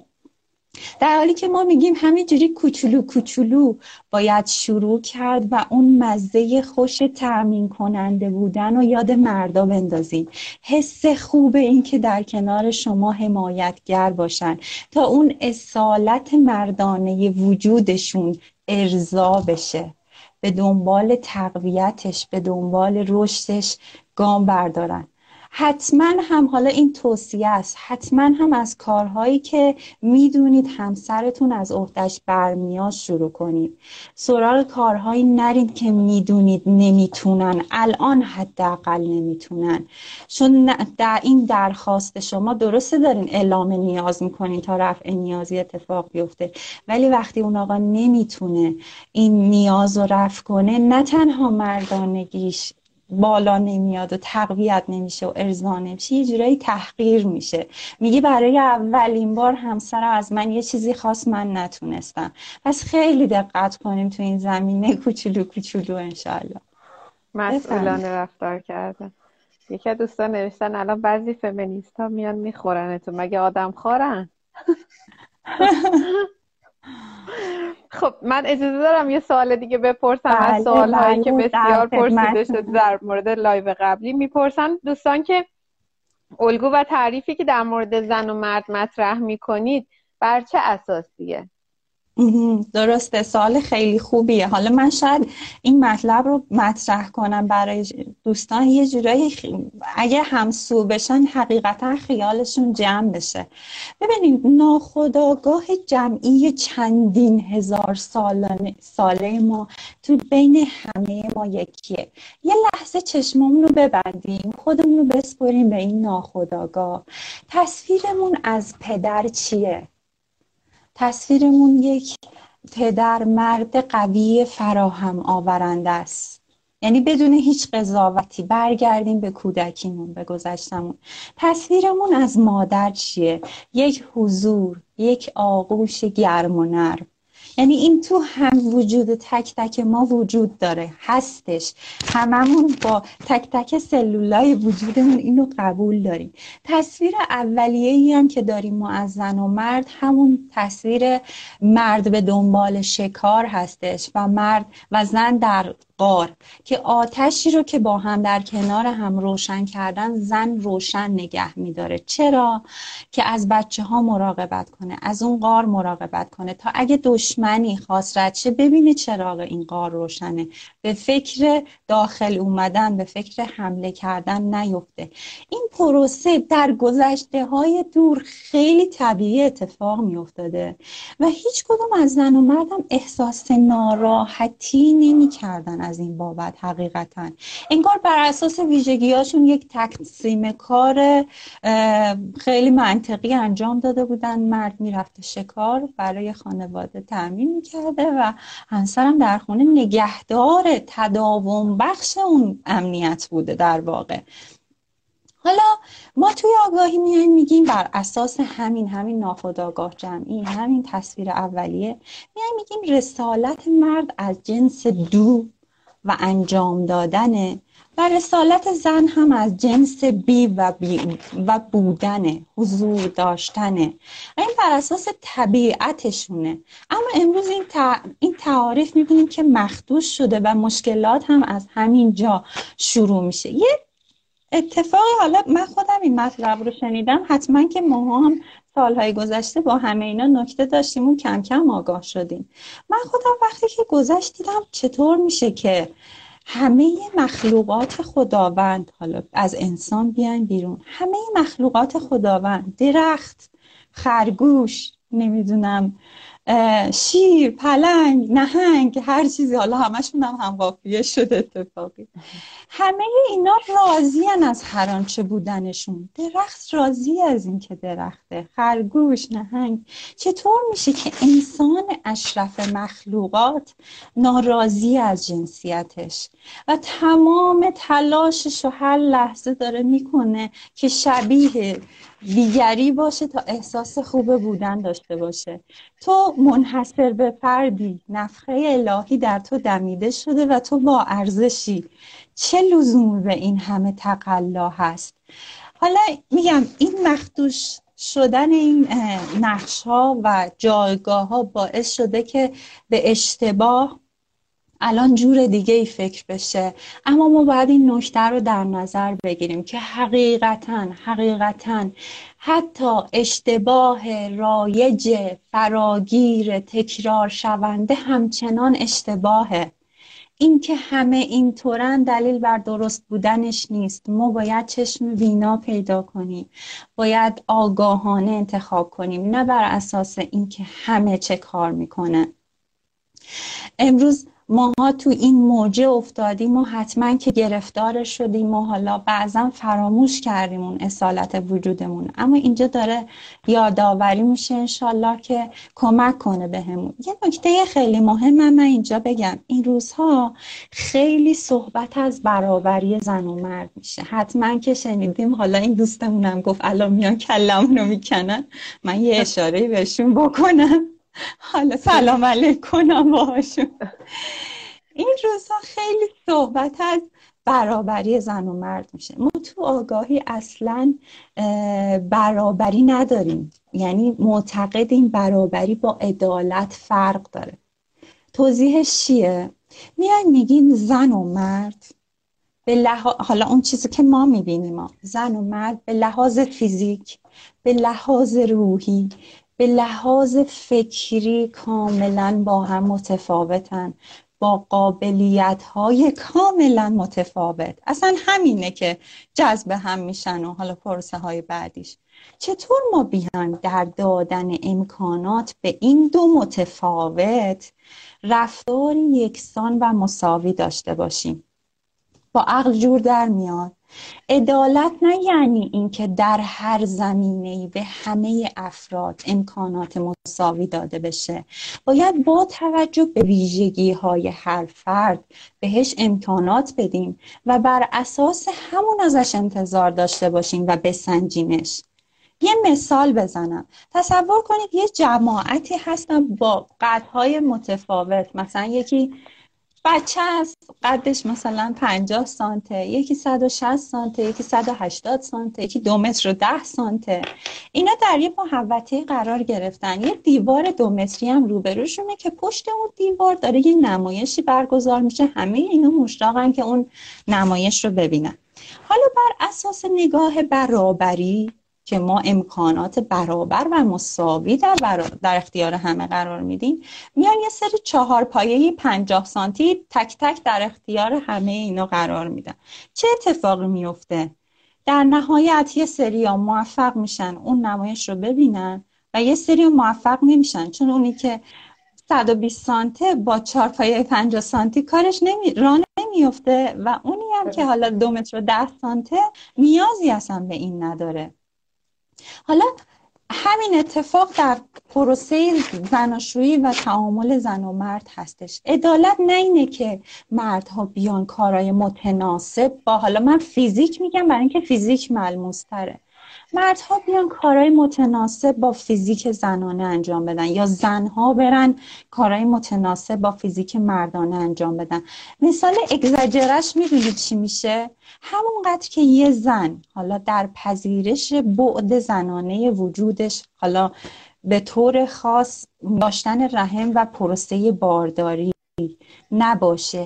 C: در حالی که ما میگیم همینجوری کوچولو کوچولو باید شروع کرد و اون مزه خوش تأمین کننده بودن و یاد مردا بندازیم، حس خوب این که در کنار شما حمایتگر باشن تا اون اصالت مردانه وجودشون ارضا بشه، به دنبال تقویتش، به دنبال رشدش گام بردارن. حتما هم، حالا این توصیه است، حتما هم از کارهایی که میدونید همسرتون از عهده‌اش برمیاد شروع کنید. سراغ کارهایی نرید که میدونید نمیتونن، الان حداقل نمیتونن، چون در این درخواست شما درسته دارین اعلام نیاز میکنین تا رفع نیازی اتفاق بیفته، ولی وقتی اون آقا نمیتونه این نیاز رو رفع کنه، نه تنها مردانگیش بالا نمیاد و تقویت نمیشه و ارضا نمیشه، یه جورایی تحقیر میشه، میگه برای اولین بار همسرم از من یه چیزی خواست من نتونستم. پس خیلی دقت کنیم تو این زمینه کوچولو کوچولو انشالله.
B: مسئولانه رفتار کردن. یکی از دوستان نوشتن الان بعضی فمینیست ها میان میخورنتون، مگه آدم خورن؟ خب من اجازه دارم یه سوال دیگه بپرسم از سوالهایی که بسیار پرسیده شد در مورد لایو قبلی. میپرسن دوستان که الگو و تعریفی که در مورد زن و مرد مطرح میکنید بر چه اساسیه؟
C: درسته، سوال خیلی خوبیه. حالا من شاید این مطلب رو مطرح کنم برای دوستان یه جورایی اگه همسو بشن حقیقتا خیالشون جمع بشه. ببینید ناخودآگاه جمعی چندین هزار ساله ما تو بین همه ما یکیه. یه لحظه چشمامون رو ببندیم، خودمون رو بسپریم به این ناخودآگاه. تصویرمون از پدر چیه؟ تصویرمون یک پدر مرد قوی فراهم آورنده است، یعنی بدون هیچ قضاوتی برگردیم به کودکیمون، به گذشتمون. تصویرمون از مادر چیه؟ یک حضور، یک آغوش گرم و نرم. یعنی این تو هم وجود تک تک ما وجود داره، هستش، هممون با تک تک سلولای وجودمون اینو قبول داریم. تصویر اولیه‌ای هم که داریم ما از زن و مرد همون تصویر مرد به دنبال شکار هستش و مرد و زن در غار، که آتشی رو که با هم در کنار هم روشن کردن زن روشن نگه میداره. چرا؟ که از بچه ها مراقبت کنه، از اون غار مراقبت کنه تا اگه دشمنی خواست رد شه ببینه چراغ این غار روشنه، به فکر داخل اومدن، به فکر حمله کردن نیفته. این پروسه در گذشته های دور خیلی طبیعی اتفاق می افتاده و هیچ کدوم از زن و مردم احساس ناراحتی نمی کردن از این بابت. حقیقتا انگار بر اساس ویژگیاشون یک تقسیم کار خیلی منطقی انجام داده بودن. مرد میرفته شکار برای خانواده تأمین میکرده و همسرم در خونه نگهدار تداوم بخش اون امنیت بوده در واقع. حالا ما توی آگاهی میگیم بر اساس همین ناخودآگاه جمعی، همین تصویر اولیه، میگیم رسالت مرد از جنس دو و انجام دادنه و رسالت زن هم از جنس بی و بودنه، حضور داشتنه و این بر اساس طبیعتشونه. اما امروز این تعاریف میبینیم که مخدوش شده و مشکلات هم از همین جا شروع میشه. یه اتفاقی، حالا من خودم این مطلب رو شنیدم، حتما که ماها هم سالهای گذشته با همه اینا نکته داشتیم و کم کم آگاه شدیم. من خودم وقتی که گذشت دیدم چطور میشه که همه مخلوقات خداوند، حالا از انسان بیاین بیرون، همه مخلوقات خداوند، درخت، خرگوش، نمیدونم شیر، پلنگ، نهنگ، هر چیزی، حالا همشون هم قافیه شده اتفاقی، همه اینا راضین از هر آنچه بودنشون. درخت راضی از این که درخته، خرگوش، نهنگ. چطور میشه که انسان اشرف مخلوقات ناراضی از جنسیتش و تمام تلاشش رو هر لحظه داره میکنه که شبیه دیگری باشه تا احساس خوب بودن داشته باشه؟ تو منحصر به فردی، نفخه الهی در تو دمیده شده و تو با ارزشی. چه لزومی به این همه تقلا هست؟ حالا میگم این مخدوش شدن این نقش ها و جایگاه ها باعث شده که به اشتباه الان جور دیگه ای فکر بشه. اما ما باید این نکته رو در نظر بگیریم که حقیقتاً حتی اشتباه رایج، فراگیر، تکرار شونده همچنان اشتباهه. این که همه اینطورن دلیل بر درست بودنش نیست. ما باید چشم بینا پیدا کنیم، باید آگاهانه انتخاب کنیم، نه بر اساس اینکه همه چه کار میکنه. امروز ماها تو این موجه افتادیم و حتما که گرفتار شدیم و حالا بعضا فراموش کردیم اون اصالت وجودمون، اما اینجا داره یادآوری میشه انشالله که کمک کنه بهمون. یه نکته خیلی مهم من اینجا بگم، این روزها خیلی صحبت از برابری زن و مرد میشه. حتما که شنیدیم، حالا این دوستمونم گفت الان میان کلمون رو میکنن، من یه اشاره بهشون بکنم، حالا سلام علیکنم باهاشون. این روزها خیلی صحبت از برابری زن و مرد میشه. ما تو آگاهی اصلا برابری نداریم، یعنی معتقدیم برابری با عدالت فرق داره. توضیحش چیه؟ میایم میگیم زن و مرد به حالا اون چیزی که ما میبینیم، زن و مرد به لحاظ فیزیک، به لحاظ روحی، به لحاظ فکری کاملا با هم متفاوتن، با قابلیت‌های کاملا متفاوت. اصلا همینه که جذب هم میشن و حالا پروسه های بعدیش. چطور ما بیان در دادن امکانات به این دو متفاوت رفتار یکسان و مساوی داشته باشیم؟ با عقل جور در میاد. عدالت نه یعنی اینکه در هر زمینه‌ای به همه افراد امکانات مساوی داده بشه. باید با توجه به ویژگی‌های هر فرد بهش امکانات بدیم و بر اساس همون ازش انتظار داشته باشیم و بسنجیمش. یه مثال بزنم. تصور کنید یه جماعتی هستن با قدهای متفاوت، مثلا یکی بچه است قدش مثلا 50 سانته، یکی 160 سانته، یکی 180 سانته، یکی 2 متر و 10 سانته. اینا در یه محوطه قرار گرفتن. یه دیوار 2 متری هم روبروشونه که پشت اون دیوار داره یه نمایشی برگزار میشه. همه اینا مشتاقن که اون نمایش رو ببینن. حالا بر اساس نگاه برابری که ما امکانات برابر و مساوی در اختیار همه قرار میدیم، میان یه سری 4 پایه 50 سانتی تک تک در اختیار همه اینا قرار میدن. چه اتفاقی میفته؟ در نهایت یه سری ها موفق میشن اون نمایش رو ببینن و یه سری ها موفق نمیشن، چون اونی که 120 سانته با 4 پایه 50 سانتی کارش راه نمیفته و اونی هم که حالا 2 متر و 10 سانته نیازی اصلا به این نداره. حالا همین اتفاق در پروسه زناشویی و تعامل زن و مرد هستش. عدالت نه اینه که مردها بیان کارهای متناسب با، حالا من فیزیک میگم برای اینکه فیزیک ملموس تره، مردها بیان کارهای متناسب با فیزیک زنانه انجام بدن یا زنها برن کارهای متناسب با فیزیک مردانه انجام بدن. مثال اگزاجرش میدونید چی میشه؟ همونقدر که یه زن حالا در پذیرش بعد زنانه وجودش، حالا به طور خاص داشتن رحم و پروسه بارداری نباشه، همون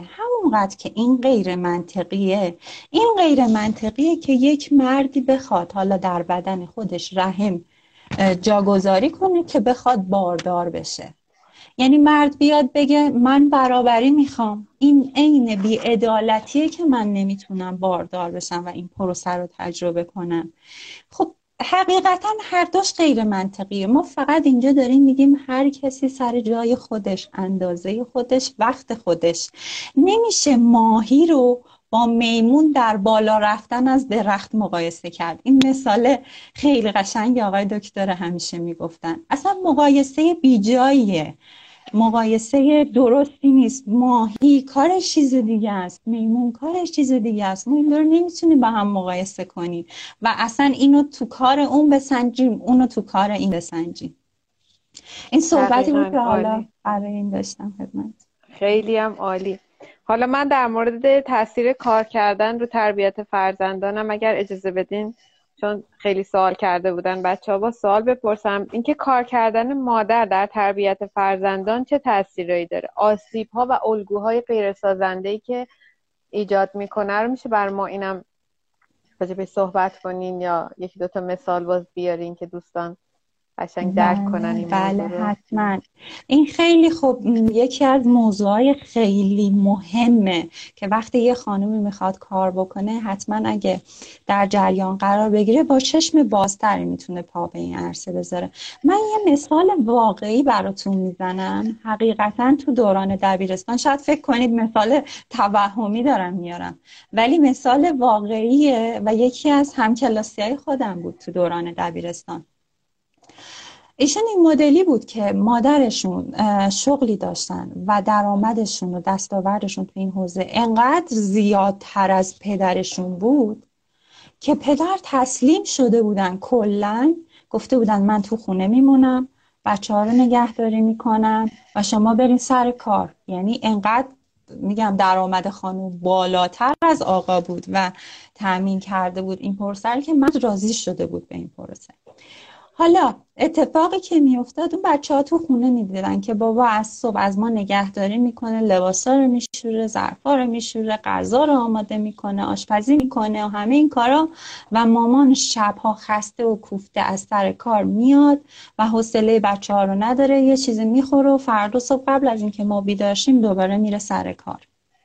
C: همونقدر که این غیر منطقیه، این غیر منطقیه که یک مردی بخواد حالا در بدن خودش رحم جاگذاری کنه که بخواد باردار بشه. یعنی مرد بیاد بگه من برابری میخوام، این عین بی‌عدالتیه که من نمیتونم باردار بشم و این پروسه رو تجربه کنم. خب حقیقتا هر دوش غیر منطقیه. ما فقط اینجا داریم میگیم هر کسی سر جای خودش، اندازه خودش، وقت خودش. نمیشه ماهی رو با میمون در بالا رفتن از درخت مقایسه کرد. این مثال خیلی قشنگ آقای دکتر همیشه میگفتن. اصلا مقایسه بیجاییه، مقایسه درستی نیست. ماهی کارش چیز دیگه است، میمون کارش چیز دیگه است. ما این رو نمیتونیم با هم مقایسه کنیم و اصلا اینو تو کار اون بسنجیم، اونو تو کار این بسنجیم. این صحبتی بود که حالا برای این داشتم خدمت.
B: خیلی هم عالی. حالا من در مورد تاثیر کار کردن رو تربیت فرزندانم اگر اجازه بدین، چون خیلی سوال کرده بودن بچه‌ها، با سوال بپرسم. اینکه کار کردن مادر در تربیت فرزندان چه تاثیرایی داره؟ آسیب‌ها و الگوهای غیرسازنده‌ای که ایجاد میکنه رو میشه بر ما اینم راجع به صحبت کنین یا یکی دوتا مثال باز بیارین که دوستان قشنگ درک کنن این
C: بله
B: موضوع رو؟
C: حتما. این خیلی خوب، یکی از موضوعای خیلی مهمه که وقتی یه خانومی میخواد کار بکنه حتما اگه در جریان قرار بگیره با چشم بازتری میتونه پا به این عرصه بذاره. من یه مثال واقعی براتون میزنم. حقیقتا تو دوران دبیرستان شاید فکر کنید مثال توهمی دارم میارم، ولی مثال واقعیه و یکی از همکلاسیای خودم بود تو دوران دبیرستان. ایشون این مدلی بود که مادرشون شغلی داشتن و درآمدشون و دستاوردشون تو این حوزه انقدر زیادتر از پدرشون بود که پدر تسلیم شده بودن، کلاً گفته بودن من تو خونه میمونم، بچه‌ها رو نگهداری میکنم و شما برین سر کار. یعنی انقدر میگم درآمد خانم بالاتر از آقا بود و تأمین کرده بود این پروسه که من راضی شده بود به این پروسه. حالا اتفاقی که میافتاد، اون بچه‌ها تو خونه میدیدن که بابا از صبح از ما نگهداری میکنه، لباسا رو میشوره، ظرفا رو میشوره، غذا رو آماده میکنه، آشپزی میکنه و همه این کارا، و مامان شبها خسته و کوفته از سر کار میاد و حوصله بچه‌ها رو نداره، یه چیزی میخوره و فردا صبح قبل از اینکه ما بیدار شیم دوباره میره سر کار.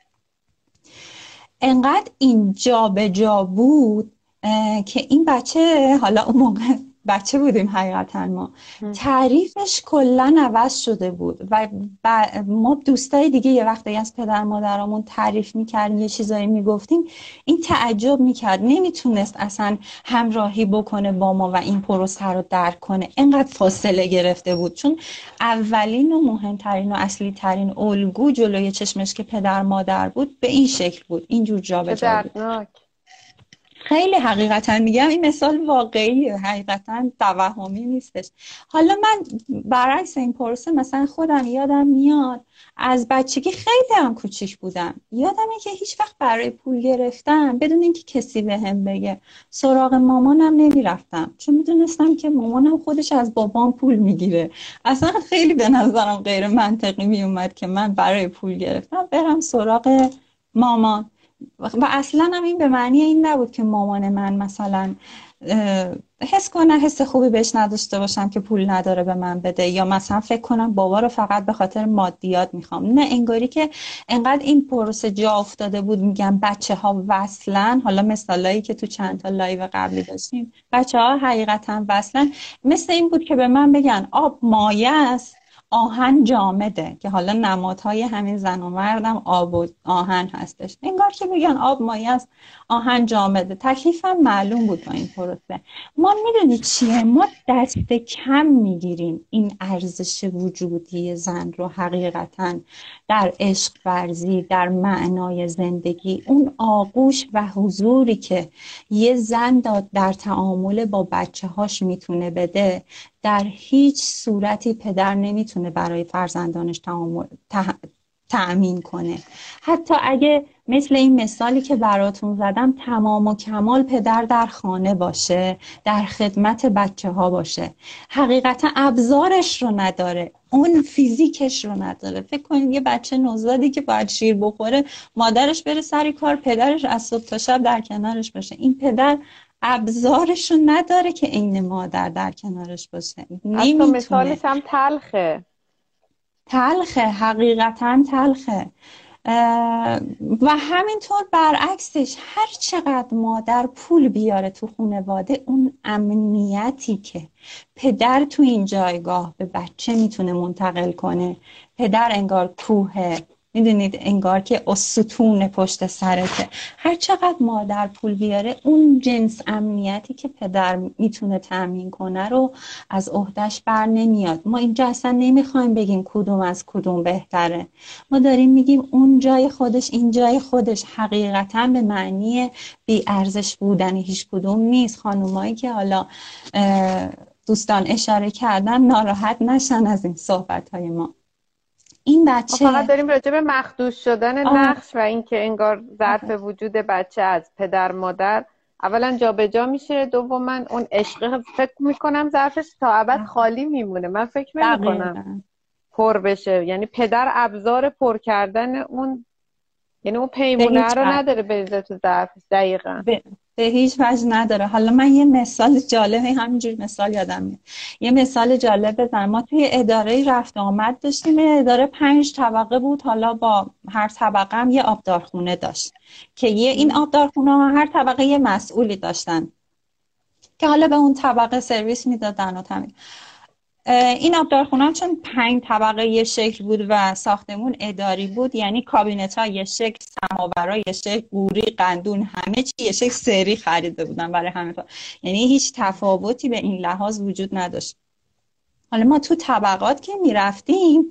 C: انقدر این جا به جا بود که این بچه، حالا اون موقع بچه بودیم حقیقتا ما، تعریفش کلا عوض شده بود و ما دوستای دیگه یه وقتی از پدر مادرامون تعریف میکردیم، یه چیزایی میگفتیم، این تعجب میکرد، نمیتونست اصلا همراهی بکنه با ما و این پروسه رو درک کنه، اینقدر فاصله گرفته بود. چون اولین و مهمترین و اصلی ترین الگو جلوی چشمش که پدر مادر بود به این شکل بود، اینجور جا به جا بود. خیلی حقیقتا میگم این مثال واقعیه، حقیقتا توهمی نیستش. حالا من برعکس این پروسه مثلا خودم یادم میاد از بچگی، خیلی هم کوچیک بودم، یادمه که هیچ وقت برای پول گرفتن بدون اینکه کسی بهم بگه سراغ مامانم نمیرفتم، چون میدونستم که مامانم خودش از بابام پول میگیره. اصلا خیلی به نظرم غیر منطقی میومد که من برای پول گرفتم برم سراغ مامان. و اصلا هم این به معنی این نبود که مامان من مثلا حس کنه حس خوبی بهش نداشته باشم که پول نداره به من بده، یا مثلا فکر کنم بابا رو فقط به خاطر مادیات میخوام. نه، انگاری که انقدر این پروسه جا افتاده بود. میگم بچه ها وصلن، حالا مثالایی که تو چند تا لایو قبلی داشتیم، بچه ها حقیقتا وصلن. مثل این بود که به من بگن آب مایه است، آهن جامده، که حالا نمادهای همین زن و مردم آب و آهن هستش. انگار که میگن آب مایه است، آهن جامده. تکلیفم معلوم بود با این پروسه. ما میدونید چیه؟ ما دست کم میگیریم این ارزش وجودی زن رو حقیقتا در عشق ورزی، در معنای زندگی. اون آغوش و حضوری که یه زن در تعامل با بچه هاش میتونه بده، در هیچ صورتی پدر نمیتونه برای فرزندانش تأمین کنه. حتی اگه مثل این مثالی که براتون زدم تمام و کمال پدر در خانه باشه، در خدمت بچه ها باشه، حقیقتا ابزارش رو نداره، اون فیزیکش رو نداره. فکر کنید یه بچه نوزادی که باید شیر بخوره، مادرش بره سر کار، پدرش از صبح تا شب در کنارش باشه. این پدر ابزارش رو نداره که عین مادر در کنارش باشه،
B: حتی
C: نمیتونه.
B: مثالش هم تلخه.
C: تلخه، حقیقتا تلخه. و همینطور برعکسش، هر چقدر مادر پول بیاره تو خانواده، اون امنیتی که پدر تو این جایگاه به بچه میتونه منتقل کنه، پدر انگار کوهه، میدونید، انگار که ستون پشت سرته. هر چقدر مادر پول بیاره، اون جنس امنیتی که پدر میتونه تامین کنه رو از عهدهش بر نمیاد. ما اینجا اصلا نمیخوایم بگیم کدوم از کدوم بهتره، ما داریم میگیم اون جای خودش، این جای خودش. حقیقتا به معنی بی ارزش بودن هیچ کدوم نیست. خانومایی که حالا دوستان اشاره کردن ناراحت نشن از این صحبت های ما. این
B: ما
C: بچه
B: فقط داریم راجع به مخدوش شدن نقش و اینکه انگار ظرف وجود بچه از پدر مادر اولا جابجا میشه، دوما اون عشق فکر میکنم ظرفش تا ابد خالی میمونه. من فکر نمیکنم پر بشه. یعنی پدر ابزار پر کردن اون، یعنی اون پیمونه رو نداره بریزه تو ظرف. دقیقاً
C: به هیچ وجه نداره. حالا من یه مثال جالب، همینجور مثال یادم میاد، یه مثال جالب بزنم. ما توی اداره رفت آمد داشتیم. اداره 5 طبقه بود، حالا با هر طبقه هم یه آبدارخونه داشت که این آبدارخونه ها هر طبقه یه مسئولی داشتن که حالا به اون طبقه سرویس میدادن و تامین. این آبدارخونه هم چون 5 طبقه یه شکل بود و ساختمون اداری بود، یعنی کابینت ها یه شکل، سماورا یه شکل، قوری، قندون، همه چی یه شکل سری خریده بودن برای همه تا. یعنی هیچ تفاوتی به این لحاظ وجود نداشت. حالا ما تو طبقات که میرفتیم،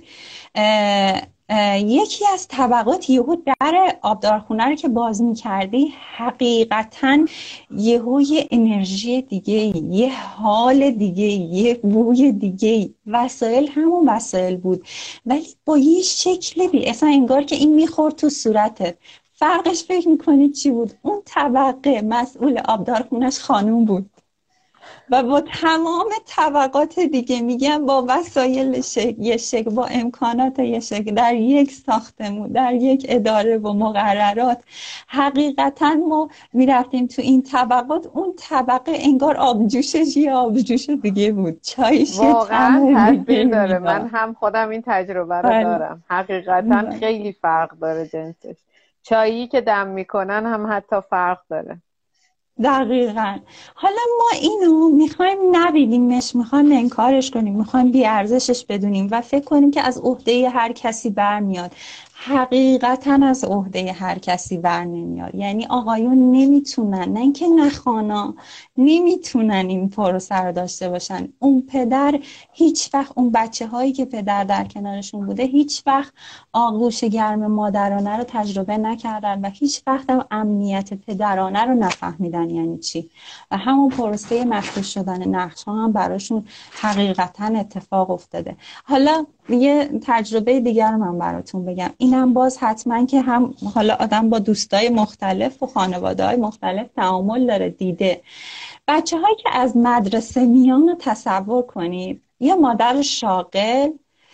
C: یکی از طبقات یهو در آبدارخونه رو که باز میکردی، حقیقتا یهو یه انرژی دیگه، یه حال دیگه، یه بوی دیگه. وسایل همون وسایل بود ولی با یه شکل اصلا انگار که این میخورد تو صورتت. فرقش فکر میکنید چی بود؟ اون طبقه مسئول آبدارخونش خانوم بود و با تمام طبقات دیگه، میگم با وسایل یه شکل، با امکانات یه شکل، در یک ساختمون، در یک اداره و مقررات. حقیقتا ما میرفتیم تو این طبقات، اون طبقه انگار آبجوشش یه آبجوش دیگه بود، چایش
B: واقعا تاثیر داره. من هم خودم این تجربه رو دارم. حقیقتا خیلی فرق داره جنسش. چایی که دم میکنن هم حتی فرق داره.
C: دقیقاً. حالا ما اینو میخوایم نبینیمش، میخوایم انکارش کنیم، میخوایم بیارزشش بدونیم و فکر کنیم که از عهده هر کسی برمیاد. حقیقتاً از عهده هر کسی بر نمیاد. یعنی آقایون نمیتونن، نه اینکه نخوانا، نمیتونن این پروسه رو داشته باشن. اون پدر هیچ وقت، اون بچه هایی که پدر در کنارشون بوده هیچ وقت آغوش گرم مادرانه رو تجربه نکردن و هیچ وقت هم امنیت پدرانه رو نفهمیدن یعنی چی. و همون پروسه مخدوش شدن نقش ها هم براشون حقیقتا اتفاق افتاده. حالا یه تجربه دیگر من براتون بگم. اینم باز حتما که هم حالا آدم با دوستای مختلف و خانواده های مختلف تعامل داره، دیده. بچه هایی که از مدرسه میان رو تصور کنید. یه مادر شاغل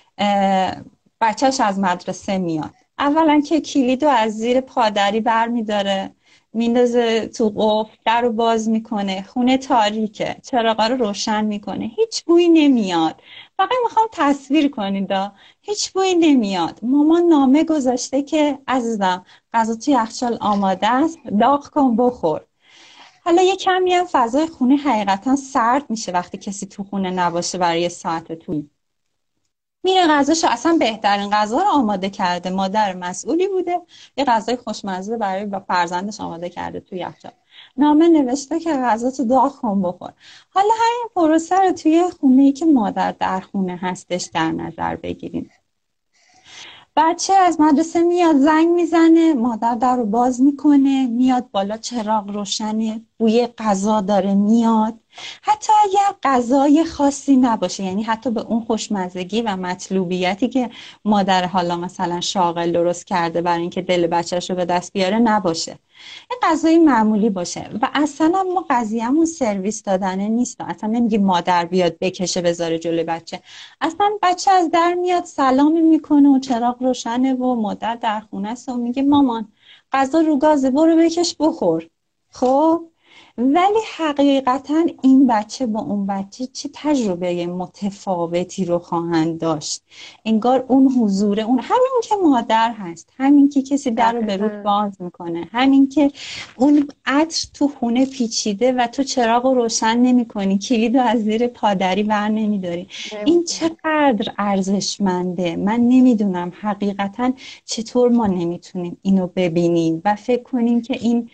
C: بچهش از مدرسه میاد، اولا که کلیدو از زیر پادری بر میداره، میندازه تو قفل، در رو باز میکنه، خونه تاریکه، چراغا رو روشن میکنه، هیچ بویی نمیاد. فقط میخوام تصویر کنید، هیچ بویی نمیاد. مامان نامه گذاشته که عزیزم غذا تو یخچال آماده است، داغ کن بخور. حالا یه کمی هم فضای خونه حقیقتا سرد میشه وقتی کسی تو خونه نباشه برای یه ساعت طول. میره غذاشو، اصلا بهترین غذا رو آماده کرده، مادر مسئولی بوده یه غذای خوشمزه برای فرزندش آماده کرده تو یخچال، نامه نوشته که غذا تو داغ کن بخور. حالا همین پروسه رو توی خونه‌ای که مادر در خونه هستش در نظر بگیریم. بچه از مدرسه میاد، زنگ میزنه، مادر در رو باز میکنه، میاد بالا، چراغ روشنه، بوی غذا داره میاد. حتی اگر غذای خاصی نباشه، یعنی حتی به اون خوشمزگی و مطلوبیتی که مادر حالا مثلا شاغل درست کرده برای اینکه دل بچهش رو به دست بیاره نباشه، یه غذای معمولی باشه. و اصلا ما قضیه‌مون سرویس دادنه نیست، اصلا نمیگی مادر بیاد بکشه بذاره جلوی بچه. اصلا بچه از در میاد سلامی میکنه و چراغ روشنه و مادر در خونه است و میگه مامان غذا رو گازه، برو بکش بخور. خب ولی حقیقتا این بچه با اون بچه چه تجربه متفاوتی رو خواهند داشت. انگار اون حضور اون، همین که مادر هست، همین که کسی در رو به روت
B: دقیقا.
C: باز میکنه، همین که اون عطر تو خونه پیچیده و تو چراغ رو روشن نمی کنی، کلید رو از زیر پادری بر نمیداری، این
B: نمی‌دونم.
C: چقدر ارزشمنده. من نمیدونم حقیقتا چطور ما نمیتونیم اینو ببینیم و فکر کنیم که این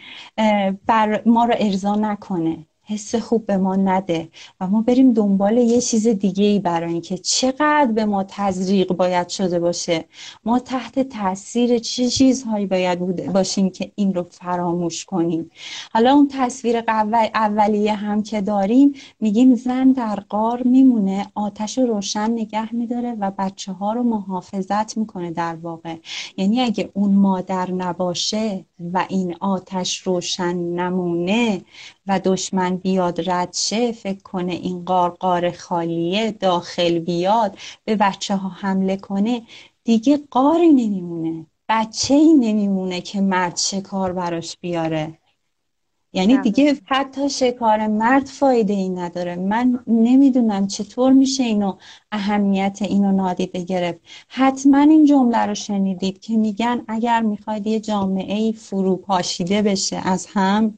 C: بر ما رو ارضا نکنه، حس خوب به ما نده و ما بریم دنبال یه چیز دیگه ای، برای اینکه چقدر به ما تزریق باید شده باشه، ما تحت تاثیر چه چیزهایی باید باشیم که این رو فراموش کنیم. حالا اون تصویر اولیه هم که داریم، میگیم زن در غار میمونه، آتش رو روشن نگه میداره و بچه ها رو محافظت میکنه در واقع. یعنی اگه اون مادر نباشه و این آتش روشن نمونه و دشمن بیاد رد شه، فکر کنه این غار خالیه، داخل بیاد به بچه ها حمله کنه، دیگه غاری نمیمونه، بچه‌ای نمیمونه که مرد شکار براش بیاره. یعنی دیگه
B: دقیقا.
C: حتی شکار مرد فایده ای نداره. من نمیدونم چطور میشه اینو، اهمیت اینو نادیده گرفت. حتما این جمله رو شنیدید که میگن اگر میخواید یه جامعه فرو پاشیده بشه از هم،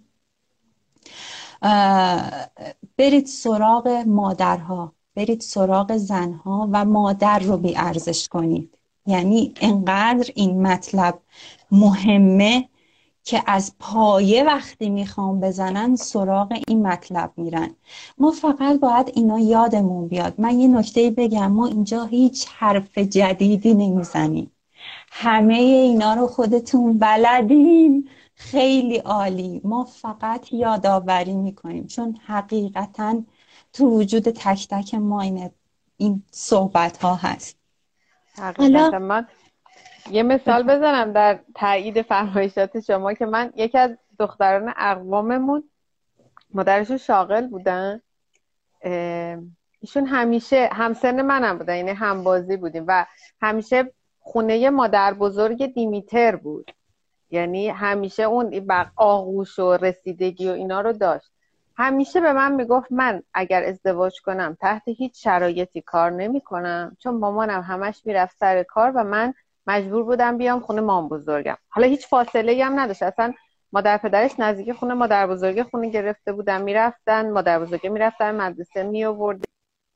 C: برید سراغ مادرها، برید سراغ زنها و مادر رو بی ارزش کنید. یعنی انقدر این مطلب مهمه که از پایه وقتی میخوام بزنن سراغ این مطلب میرن. ما فقط باید اینا یادمون بیاد. من یه نکته بگم، ما اینجا هیچ حرف جدیدی نمیزنیم، همه اینا رو خودتون بلدین، خیلی عالی. ما فقط یادآوری میکنیم، چون حقیقتا تو وجود تک تک ما این صحبت ها هست. حالا
B: حقیقتا من یه مثال بزنم در تایید فرمایشات شما، که من یکی از دختران اقواممون مادرشون شاغل بودن. ایشون همیشه همسن منم بودن، یعنی همبازی بودیم و همیشه خونه مادر بزرگ دیمیتر بود، یعنی همیشه اون آغوش و رسیدگی و اینا رو داشت. همیشه به من میگفت من اگر ازدواج کنم تحت هیچ شرایطی کار نمی کنم، چون مامانم همش میرفت سر کار و من مجبور بودم بیام خونه مام بزرگم. حالا هیچ فاصله هم نداشت، اصلا مادر پدرش نزدیک خونه مادر بزرگ خونه گرفته بودن، میرفتن مادر بزرگ میرفتن مدرسه می آورد.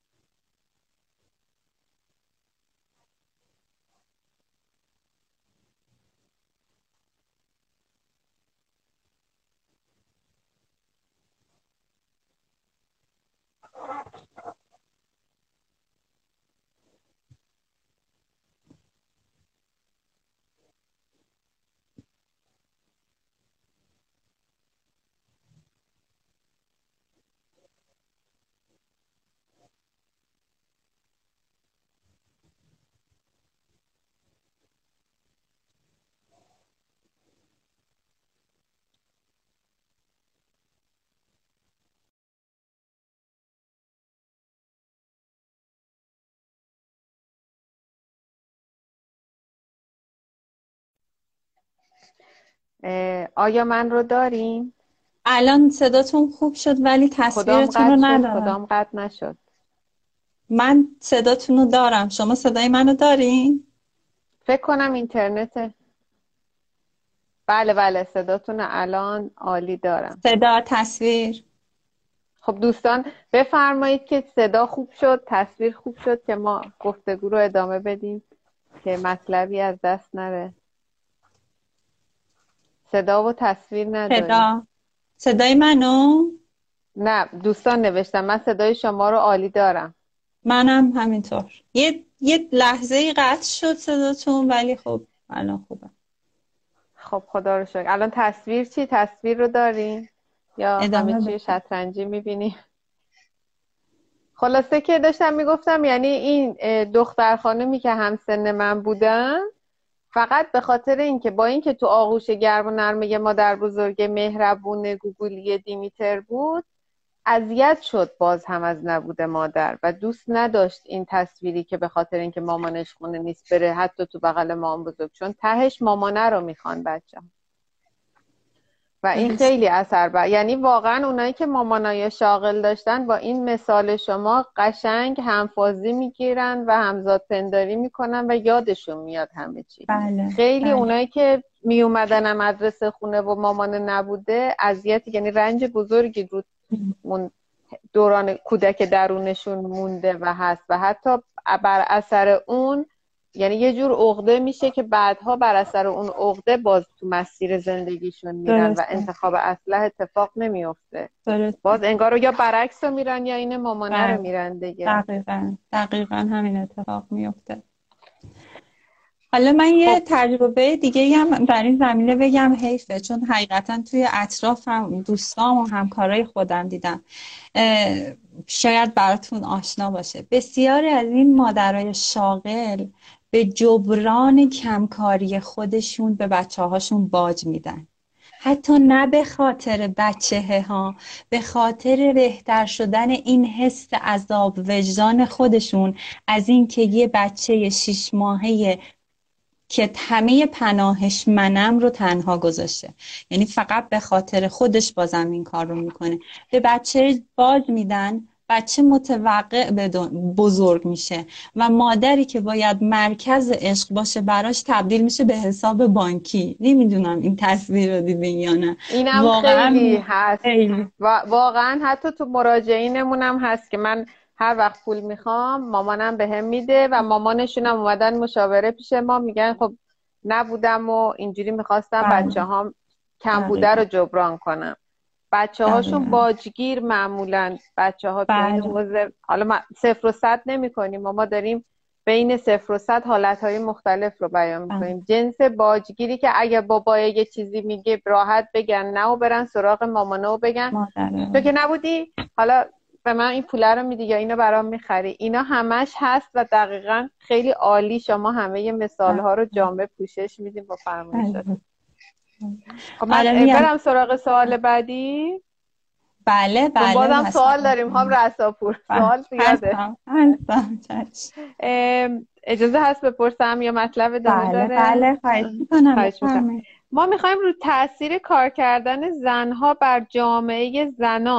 B: آیا من رو داریم؟
C: الان صداتون خوب شد ولی
B: کدام
C: تصویرتون رو
B: قطع شد
C: ندارم.
B: کدام قطع نشد؟
C: من صداتون رو دارم، شما صدای منو دارین؟
B: فکر کنم اینترنت. بله بله، صداتون الان عالی دارم.
C: صدا، تصویر.
B: خب دوستان بفرمایید که صدا خوب شد، تصویر خوب شد، که ما گفتگو رو ادامه بدیم که مطلبی از دست نره. صدا و تصویر نداریم.
C: صدای منو؟
B: نه دوستان نوشتم من صدای شما رو عالی دارم.
C: منم همینطور. یه یه لحظه قطع شد صداتون، ولی خب الان خوبه.
B: خب خدا رو شکر. الان تصویر چی؟ تصویر رو دارین یا همه
C: ادامه
B: چی
C: بده.
B: شطرنجی میبینی؟ خلاصه که داشتم میگفتم یعنی این دختر خانومی که همسن من بودن، فقط به خاطر اینکه با اینکه تو آغوش گرم و نرمه مادر بزرگ مهربون گوگولی دیمیتر بود، اذیت شد باز هم از نبود مادر و دوست نداشت این تصویری که به خاطر اینکه مامانش خونه نیست بره حتی تو بغل مامان بزرگ، چون تهش مامانه رو میخوان بچه. و این
C: درست.
B: خیلی یعنی واقعا اونایی که مامانای شاغل داشتن با این مثال شما قشنگ همفازی میگیرن و همزاد پنداری میکنن و یادشون میاد همه چی.
C: بله
B: خیلی
C: بله.
B: اونایی که میومدن مدرسه خونه و مامان نبوده اذیتی، یعنی رنج بزرگی رو دوران کودک درونشون مونده و هست و حتی بر اثر اون یعنی یه جور عقده میشه که بعدها بر اثر اون عقده باز تو مسیر زندگیشون میرن و
C: درسته.
B: انتخاب اصلح اتفاق نمیفته.
C: درسته.
B: باز انگار یا برعکس رو میرن یا این مامانه رو
C: بله
B: میرن دیگه.
C: دقیقاً همین اتفاق میفته. حالا من یه
B: خب
C: تجربه دیگه هم در این زمینه بگم، حیفه چون حقیقتا توی اطرافم دوستام و همکارای خودم دیدم، شاید براتون آشنا باشه. بسیاری از این مادرای شاغل به جبران کمکاری خودشون به بچه هاشون باج میدن، حتی نه به خاطر بچه ها، به خاطر بهتر شدن این حس عذاب وجدان خودشون از این که یه بچه 6 ماهه که همه پناهش منم رو تنها گذاشته، یعنی فقط به خاطر خودش بازم این کار رو میکنه. به بچه باج میدن، بچه متوقع بزرگ میشه و مادری که باید مرکز عشق باشه براش تبدیل میشه به حساب بانکی. نمیدونم این تصویر رو دیدین یا نه.
B: اینم خیلی
C: واقعا
B: هست
C: خیلی.
B: و واقعا حتی تو مراجعینمون هم هست که من هر وقت پول میخوام مامانم بهم میده و مامانشونم اومدن مشاوره پیش ما میگن خب نبودم و اینجوری میخواستم بچه
C: بله
B: هام کم بوده
C: دقیقا
B: رو جبران کنم. بچه هاشون
C: دقیقا.
B: باجگیر معمولا بچه ها تو این
C: بله
B: حوزه، حالا ما 0 و 100 نمی کنیم، ما داریم بین 0 و 100 حالتهای مختلف رو بیان
C: بله.
B: میکنیم. جنس باجگیری که اگه بابای یه چیزی میگه راحت بگن نه و برن سراغ مامانه و بگن
C: مادر.
B: تو که نبودی حالا به من این پوله رو میدی یا اینو برام میخری. اینا همش هست و دقیقا خیلی عالی شما همه مثال ها رو جامع پوشش میدیم با فرمایشات.
C: بله.
B: خب من
C: آره میگم.
B: برم سراغ سوال بعدی
C: بله
B: چون
C: بله
B: بازم
C: حتما.
B: سوال داریم هم رساپور سوال زیاده.
C: هستم چشم.
B: اجازه هست بپرسم یا مطلب ادامه
C: بله
B: داره؟
C: بله خواهش میکنم
B: خواهش میکنم.
C: بفرمایید.
B: ما میخوایم رو تاثیر کار کردن زنها بر جامعه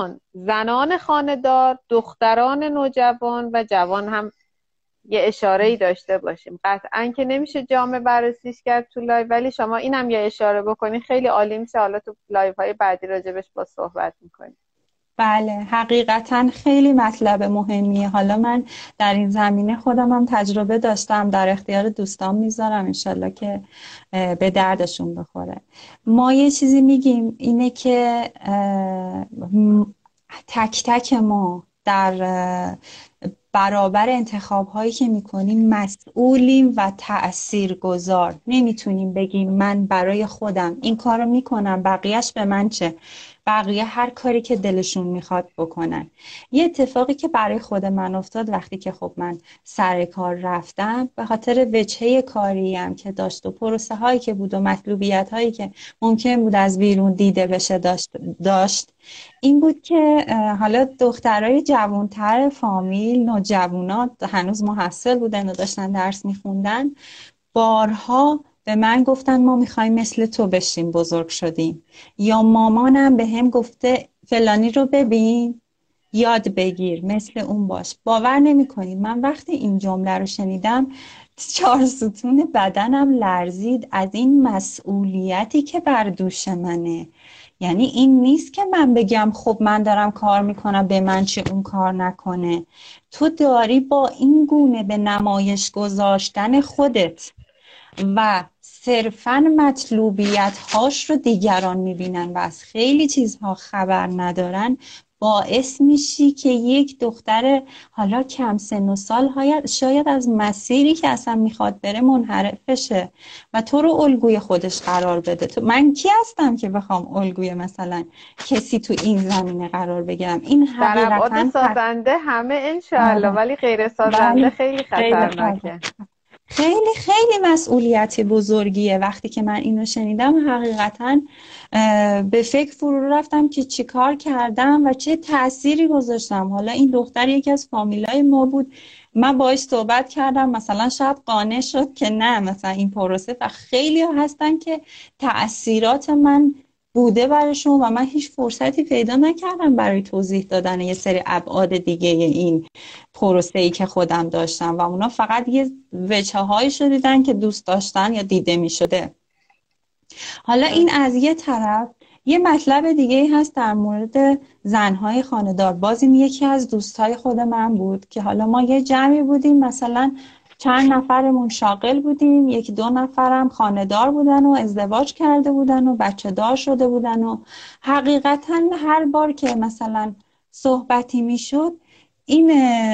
B: زنان خانه‌دار، دختران نوجوان و جوان هم یه اشاره‌ای داشته باشیم. قطعا که نمیشه جامع بررسیش کرد تو لایو، ولی شما اینم یه اشاره بکنی خیلی عالی میشه. حالا تو لایو های بعدی راجبش با صحبت میکنیم.
C: بله حقیقتا خیلی مطلب مهمیه. حالا من در این زمینه خودم هم تجربه داشتم، در اختیار دوستان میذارم انشالله که به دردشون بخوره. ما یه چیزی میگیم اینه که تک تک ما در برابر انتخاب هایی که میکنیم مسئولیم و تأثیرگذار. نمیتونیم بگیم من برای خودم این کارو میکنم بقیهش به من چه، بقیه هر کاری که دلشون میخواد بکنن. یه اتفاقی که برای خود من افتاد وقتی که خب من سر کار رفتم، به خاطر وجهه کاریم که داشت و پروسه هایی که بود و مطلوبیت هایی که ممکن بود از بیرون دیده بشه داشت این بود که حالا دخترای جوانتر فامیل، نوجوانا هنوز محصل بودن و داشتن درس میخوندن، بارها به من گفتن ما میخوایم مثل تو بشیم بزرگ شدیم، یا مامانم به هم گفته فلانی رو ببین یاد بگیر مثل اون باش. باور نمی کنید من وقتی این جمله رو شنیدم 4 ستون بدنم لرزید از این مسئولیتی که بر دوش منه. یعنی این نیست که من بگم خب من دارم کار میکنم به من چه اون کار نکنه. تو داری با این گونه به نمایش گذاشتن خودت و صرفاً مطلوبیت هاش رو دیگران میبینن و از خیلی چیزها خبر ندارن باعث میشی که یک دختر حالا کم سن و سال شاید از مسیری که اصلا میخواد بره منحرف بشه و تو رو الگوی خودش قرار بده. من کی هستم که بخوام الگوی مثلا کسی تو این زمینه قرار بگیرم؟ این
B: در ابعاد
C: حقیقتا
B: سازنده همه انشالله،
C: آره.
B: ولی غیر سازنده
C: ولی
B: خیلی
C: خیلی
B: خطرناکه.
C: خیلی خیلی مسئولیت بزرگیه. وقتی که من اینو شنیدم حقیقتا به فکر فرو رفتم که چی کار کردم و چه تأثیری گذاشتم. حالا این دختر یکی از فامیلای ما بود، من باهاش صحبت کردم، مثلا شاید قانع شد که نه مثلا این پروسه، و خیلی هستن که تأثیرات من بوده براشون و من هیچ فرصتی پیدا نکردم برای توضیح دادن یه سری ابعاد دیگه این پروسه‌ای که خودم داشتم و اونا فقط یه وجهه‌هایشو دیدن که دوست داشتن یا دیده می شده. حالا این از یه طرف. یه مطلب دیگه هست در مورد زنهای خانه‌دار. باز این یکی از دوستای خود من بود که حالا ما یه جمعی بودیم، مثلا چند نفرمون شاغل بودیم، یکی دو نفرم خانه‌دار بودن و ازدواج کرده بودن و بچه دار شده بودن و حقیقتا هر بار که مثلا صحبتی میشد این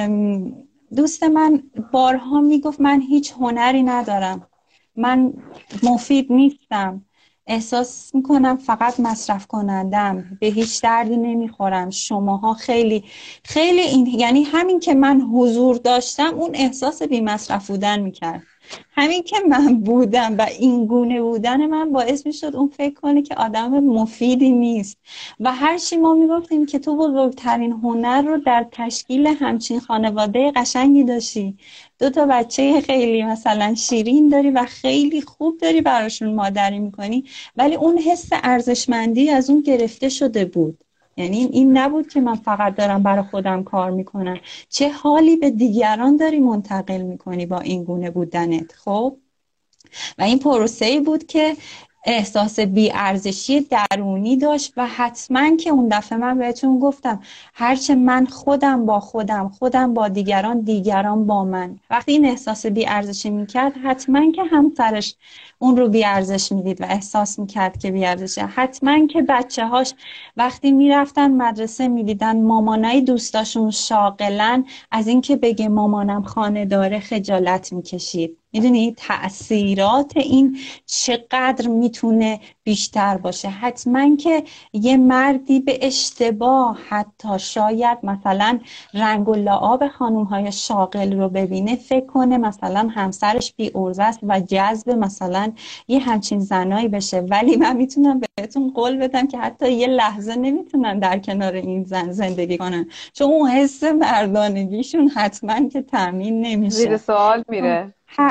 C: دوست من بارها میگفت من هیچ هنری ندارم، من مفید نیستم، احساس میکنم فقط مصرف کنندم، به هیچ دردی نمیخورم، شماها خیلی خیلی این، یعنی همین که من حضور داشتم اون احساس بی مصرف بودن میکرد. همین که من بودم و این گونه بودن من باعث میشد اون فکر کنه که آدم مفیدی نیست و هر چی ما میگفتیم که تو بزرگترین هنر رو در تشکیل همچین خانواده قشنگی داشتی، دو تا بچه خیلی مثلا شیرین داری و خیلی خوب داری براشون مادری میکنی، ولی اون حس ارزشمندی از اون گرفته شده بود. یعنی این نبود که من فقط دارم برای خودم کار میکنم، چه حالی به دیگران داری منتقل میکنی با این گونه بودنت. خب و این پروسه‌ای بود که احساس بی‌ارزشی درونی داشت و حتما که اون دفعه من بهتون گفتم هرچه من خودم با خودم، خودم با دیگران، دیگران با من، وقتی این احساس بی‌ارزشی میکرد حتما که همسرش اون رو بی‌ارزش میدید و احساس میکرد که بی‌ارزشه. حتما که بچه هاش وقتی میرفتن مدرسه میدیدن مامانای دوستاشون شاغلن، از اینکه بگه مامانم خانه داره خجالت میکشید. میدونی تأثیرات این چقدر میتونه بیشتر باشه. حتما که یه مردی به اشتباه حتی شاید مثلا رنگ و لعاب خانوم‌های شاغل رو ببینه، فکر کنه مثلا همسرش بی ارزه است و جذب مثلا یه همچین زنایی بشه، ولی من میتونم بهتون قول بدم که حتی یه لحظه نمیتونن در کنار این زن زندگی کنن، چون اون حس مردانگیشون حتما که تامین نمیشه،
B: زیر سوال میره.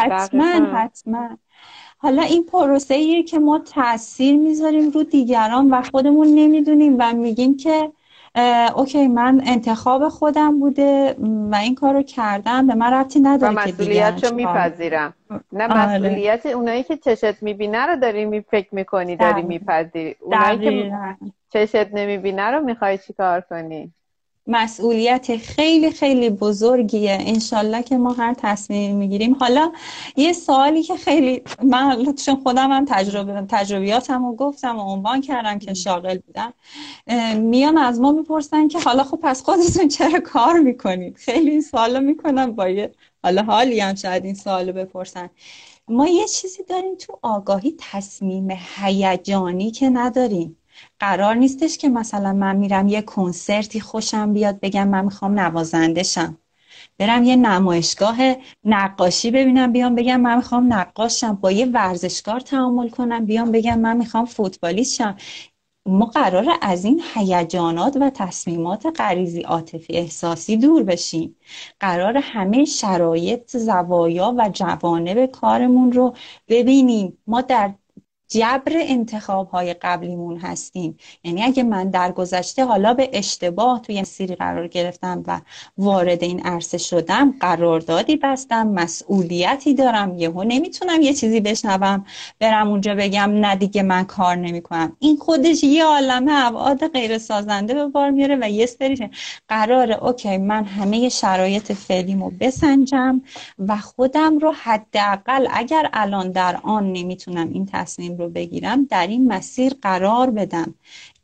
C: حتما. حالا این پروسه‌ایه که ما تأثیر میذاریم رو دیگران و خودمون نمیدونیم و میگیم که اوکی من انتخاب خودم بوده و این کارو کردم، به من ربطی نداره که
B: مسئولیتشو میپذیرم. نه مسئولیت اونایی که چشت میبینه رو داری فکر میکنی داری میپذیری، اونایی که چشت نمیبینه رو میخوای چی کار کنی؟
C: مسئولیت خیلی خیلی بزرگیه. انشالله که ما هر تصمیمی میگیریم. حالا یه سوالی که خیلی من چون خودم هم تجربیاتم رو گفتم و عنوان کردم که شاغل بودم، میان از ما میپرسن که حالا خب پس خودتون چرا کار میکنید؟ خیلی این سوالو میکنم با یه حالا حالی هم شاید این سوالو بپرسن. ما یه چیزی داریم تو آگاهی، تصمیم هیجانی که نداریم. قرار نیستش که مثلا من میرم یه کنسرتی خوشم بیاد بگم من میخوام نوازنده شم، برم یه نمایشگاه نقاشی ببینم بیام بگم من میخوام نقاش شم، با یه ورزشکار تعامل کنم بیام بگم من میخوام فوتبالیست شم. ما قراره از این هیجانات و تصمیمات غریزی عاطفی احساسی دور بشیم. قراره همه شرایط، زوایا و جوانب کارمون رو ببینیم. ما در جبر انتخاب‌های قبلیمون هستیم. یعنی اگه من در گذشته حالا به اشتباه توی مسیری قرار گرفتم و وارد این عرصه شدم، قراردادی بستم، مسئولیتی دارم، یهو نمیتونم یه چیزی بشنوم برم اونجا بگم نه دیگه من کار نمی‌کنم. این خودش یه عالمه ابعاد غیر سازنده به بار میاره و یه سری قراره اوکی من همه شرایط فعلیمو بسنجم و خودم رو حداقل اگر الان در آن نمیتونم این تصمیم رو بگیرم در این مسیر قرار بدم.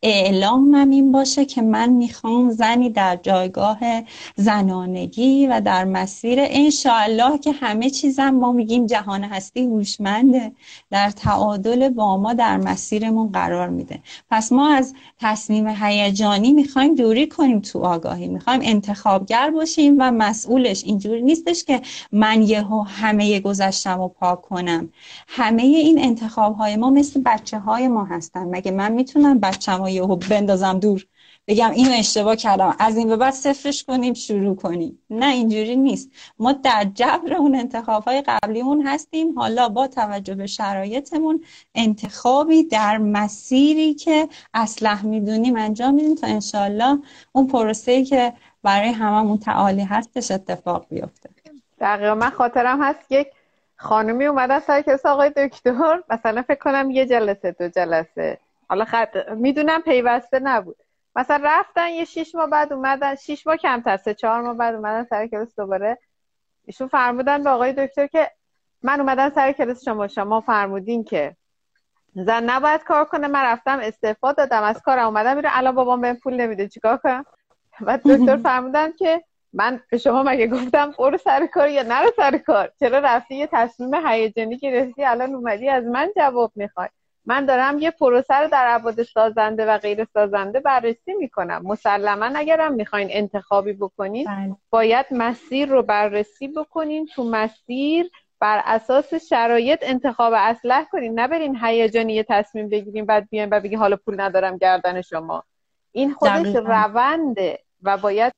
C: اعلامم این باشه که من میخوام زنی در جایگاه زنانگی و در مسیر انشاءالله که همه چیزم ما میگیم جهان هستی هوشمنده، در تعادل با ما در مسیرمون قرار میده. پس ما از تصمیم هیجانی میخوایم دوری کنیم، تو آگاهی میخوایم انتخابگر باشیم و مسئولش. اینجوری نیستش که من یهو همه گذشتم رو پاک کنم. همه این انتخاب های ما مثل بچه های ما هستن. مگه من میتونم بچه‌م رو یهو بندازم دور، بگم اینو اشتباه کردم از این به بعد صفرش کنیم شروع کنیم؟ نه، اینجوری نیست. ما در جبر اون انتخاب‌های قبلیمون هستیم، حالا با توجه به شرایطمون انتخابی در مسیری که اصلح میدونیم انجام میدیم تا انشالله اون پروسه‌ای که برای هممون تعالی هستش اتفاق بیفته.
B: دقیقا من خاطرم هست یک خانومی اومدن سر کلاس آقای دکتر، مثلا فکر کنم یه جلسه 2 جلسه، حالا میدونم پیوسته نبود، مثلا رفتن یه 6 ماه بعد اومدن، 6 ماه کمتر، 3-4 ماه بعد اومدن سر کلاس دوباره. ایشون فرمودن به آقای دکتر که من اومدن سر کلاس شما فرمودین که زن نباید کار کنه، من رفتم استعفا دادم از کارم اومدم میره، الان بابام بهم پول نمیده چیکار کنم؟ و دکتر فرمودن که من به شما مگه گفتم برو سر کار یا نرو سر کار؟ چرا رفتی یه تصمیم هیجانی گرفتی الان اومدی از من جواب میخوای؟ من دارم یه پروسه رو در ابعاد سازنده و غیر سازنده بررسی میکنم. مسلما اگرم میخواین انتخابی بکنین باید مسیر رو بررسی بکنین، تو مسیر بر اساس شرایط انتخاب اصلح کنین، نه برین هیجانی یه تصمیم بگیرین بعد بیاین و بگین حالا پول ندارم گردن شما. این خودش رونده و باید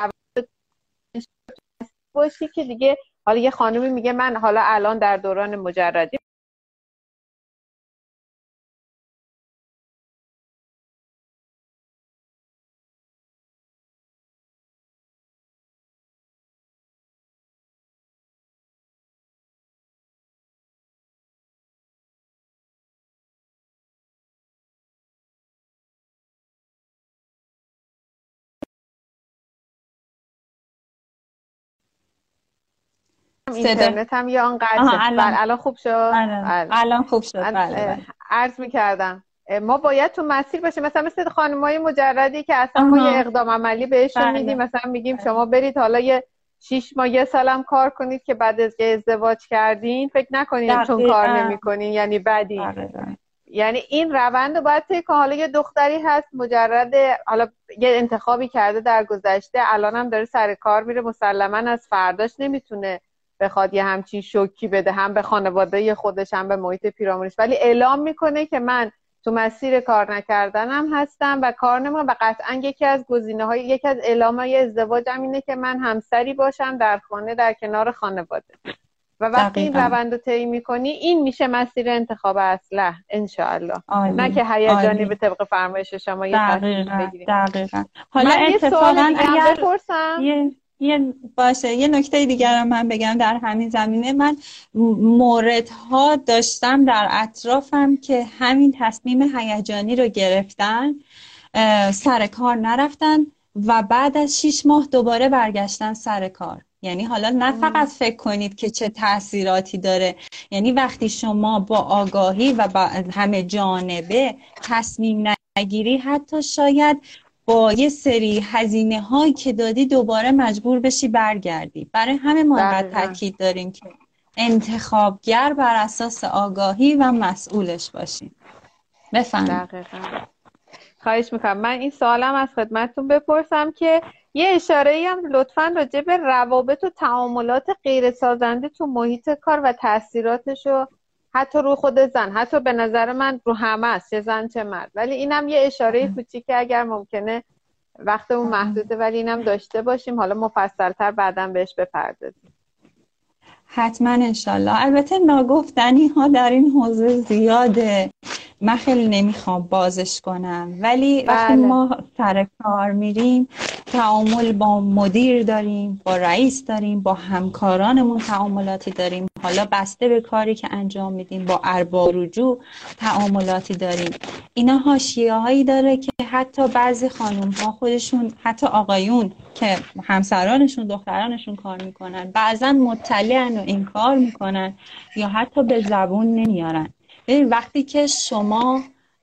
B: باشی که دیگه حالا یه خانومی میگه من حالا الان در دوران مجردی اینترنت هم یه آن قطعه. بله الان خوب شد.
C: الان خوب شد. بله.
B: عرض میکردم ما باید تو مسیر باشیم، مثل خانمای مجردی که اصلا ما یه اقدام عملی بهشون میدیم، مثلا میگیم شما برید حالا یه 6 ماه 1 سالم کار کنید که بعد از ازدواج کردین فکر نکنین چون کار نمیکنین یعنی بدی. یعنی این روند رو باید طی کنه. حالا یه دختری هست مجرد، حالا یه انتخابی کرده در گذشته، الان هم داره سر کار میره، مسلما از فرداش نمیتونه بخواد یه همچین شوکی بده، هم به خانواده خودش هم به محیط پیرامونش، ولی اعلام میکنه که من تو مسیر کار نکردنم هستم و کار نمیکنم و قطعا یکی از گزینه‌های، یکی از اعلام‌های ازدواجم اینه که من همسری باشم در خانه در کنار خانواده. و وقتی این روند رو طی میکنی این میشه مسیر انتخاب اصلح انشاءالله، نه که هیجانی به طبق فرمایش شما یه تصمیم بگیریم.
C: دقیقاً. حالا اتفاقاً اگر بپرسم یه نکته دیگر هم من بگم در همین زمینه، من موردها داشتم در اطرافم که همین تصمیم هیجانی رو گرفتن، سر کار نرفتن و بعد از 6 ماه دوباره برگشتن سر کار. یعنی حالا نه فقط فکر کنید که چه تأثیراتی داره، یعنی وقتی شما با آگاهی و با همه جانبه تصمیم نگیری، حتی شاید با یه سری هزینه هایی که دادی دوباره مجبور بشی برگردی. برای همه ما اینقدر تاکید داریم که انتخابگر بر اساس آگاهی و مسئولش باشیم. بفرمایید.
B: دقیقاً. خواهش میکنم. من این سوالم از خدمتتون بپرسم که یه اشاره‌ای هم لطفاً راجع به روابط و تعاملات غیر سازنده تو محیط کار و تاثیراتشو حتی رو خود زن، حتی به نظر من رو همه است، چه زن چه مرد، ولی اینم یه اشاره کوچیکه اگر ممکنه، وقتمون محدوده ولی اینم داشته باشیم، حالا مفصل‌تر بعداً بهش بپردازیم.
C: حتما انشالله. البته ناگفتنی ها در این حوزه زیاده، من خیلی نمیخوام بازش کنم، ولی وقتی ما سر کار میریم تعامل با مدیر داریم، با رئیس داریم، با همکارانمون تعاملاتی داریم، حالا بسته به کاری که انجام میدیم با ارباب رجوع تعاملاتی داریم. اینا حاشیه‌هایی داره که حتی بعضی خانم ها خودشون، حتی آقایون که همسرانشون دخترانشون کار میکنن، بعضا مطلعن و این کار میکنن یا حتی به زبون نمیارن. وقتی که شما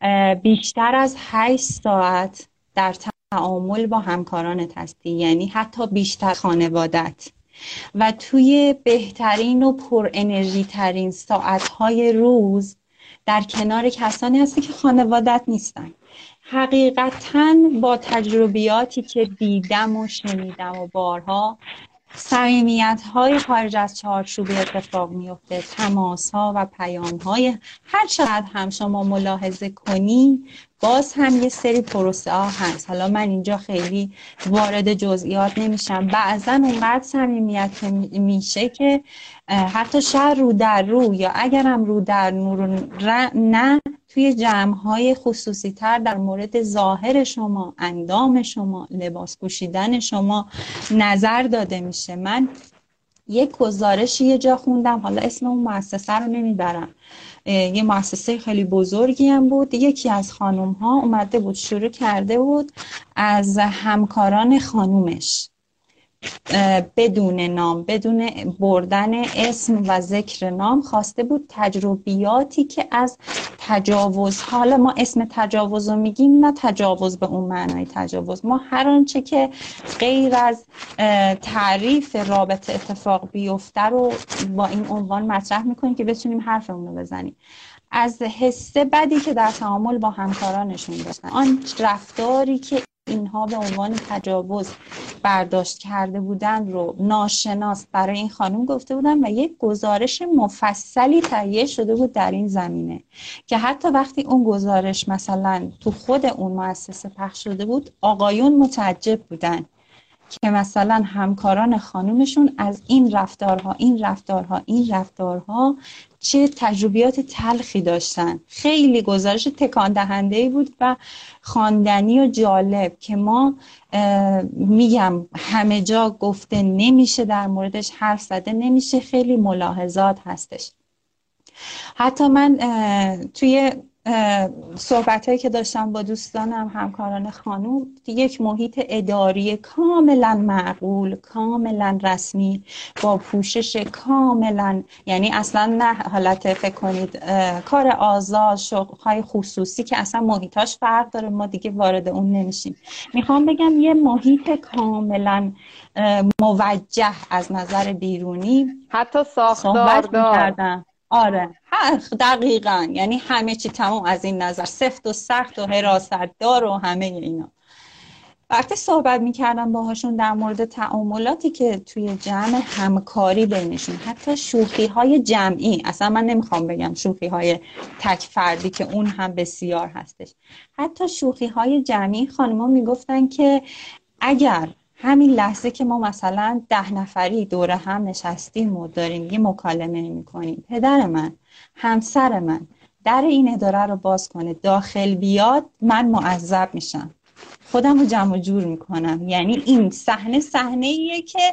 C: بیشتر از 8 ساعت در تعامل با همکارانت هستی، یعنی حتی بیشتر خانوادت، و توی بهترین و پر انرژی ترین ساعتهای روز در کنار کسانی هستی که خانوادت نیستن. حقیقتاً با تجربیاتی که دیدم و شنیدم و بارها، صمیمیت‌های خارج از چارچوب اتفاق میفته، تماس‌ها و پیام‌های هر چقدر هم شما ملاحظه کنی باز هم یه سری پروسه ها هست. حالا من اینجا خیلی وارد جزئیات نمیشم. بعضا اونقدر صمیمیت میشه که حتی شاید رو در رو، یا اگرم رو در نه، توی جمع‌های خصوصی تر در مورد ظاهر شما، اندام شما، لباس پوشیدن شما نظر داده میشه. من یک گزارشی یه جا خوندم، حالا اسم اون مؤسسه رو نمیبرم، یه مؤسسه خیلی بزرگی هم بود. یکی از خانوم ها اومده بود شروع کرده بود از همکاران خانومش بدون نام، بدون بردن اسم و ذکر نام، خواسته بود تجربیاتی که از تجاوز، حالا ما اسم تجاوز رو میگیم، نه تجاوز به اون معنای تجاوز، ما هر آنچه که غیر از تعریف رابطه اتفاق بیفته رو با این عنوان مطرح میکنیم که بتونیم حرفمون رو بزنیم. از حس بدی که در تعامل با همکارانشون داشتن، آن رفتاری که اینها به عنوان تجاوز برداشت کرده بودن رو ناشناس برای این خانم گفته بودن و یک گزارش مفصلی تهیه شده بود در این زمینه که حتی وقتی اون گزارش مثلا تو خود اون مؤسسه پخش شده بود، آقایون متعجب بودن که مثلا همکاران خانومشون از این رفتارها چه تجربیات تلخی داشتن. خیلی گزارش تکان دهنده‌ای بود و خواندنی و جالب که ما میگم همه جا گفته نمیشه، در موردش حرف زده نمیشه، خیلی ملاحظات هستش. حتی من توی صحبت‌هایی که داشتم با دوستانم همکاران خانوم، یک محیط اداری کاملا معقول، کاملا رسمی، با پوشش کاملا، یعنی اصلا نه حالت فکر کنید کار آزاد، شغل‌های خصوصی که اصلا محیطاش فرق داره، ما دیگه وارد اون نمیشیم. میخوام بگم یه محیط کاملا موجه از نظر بیرونی،
B: حتی ساختار
C: می‌کردم. آره دقیقاً، یعنی همه چی تمام از این نظر، سفت و سخت و حراست دار و همه اینا. وقتی صحبت میکردم باهاشون در مورد تعاملاتی که توی جمع همکاری بینشون، حتی شوخی های جمعی، اصلا من نمیخوام بگم شوخی های تک فردی که اون هم بسیار هستش، حتی شوخی های جمعی، خانم‌ها میگفتن که اگر همین لحظه که ما مثلا 10 نفری دور هم نشستیم و داریم یه مکالمه میکنیم، پدر من، همسر من در این اداره رو باز کنه داخل بیاد، من معذب میشم، خودم رو جمع و جور میکنم. یعنی این صحنه ایه که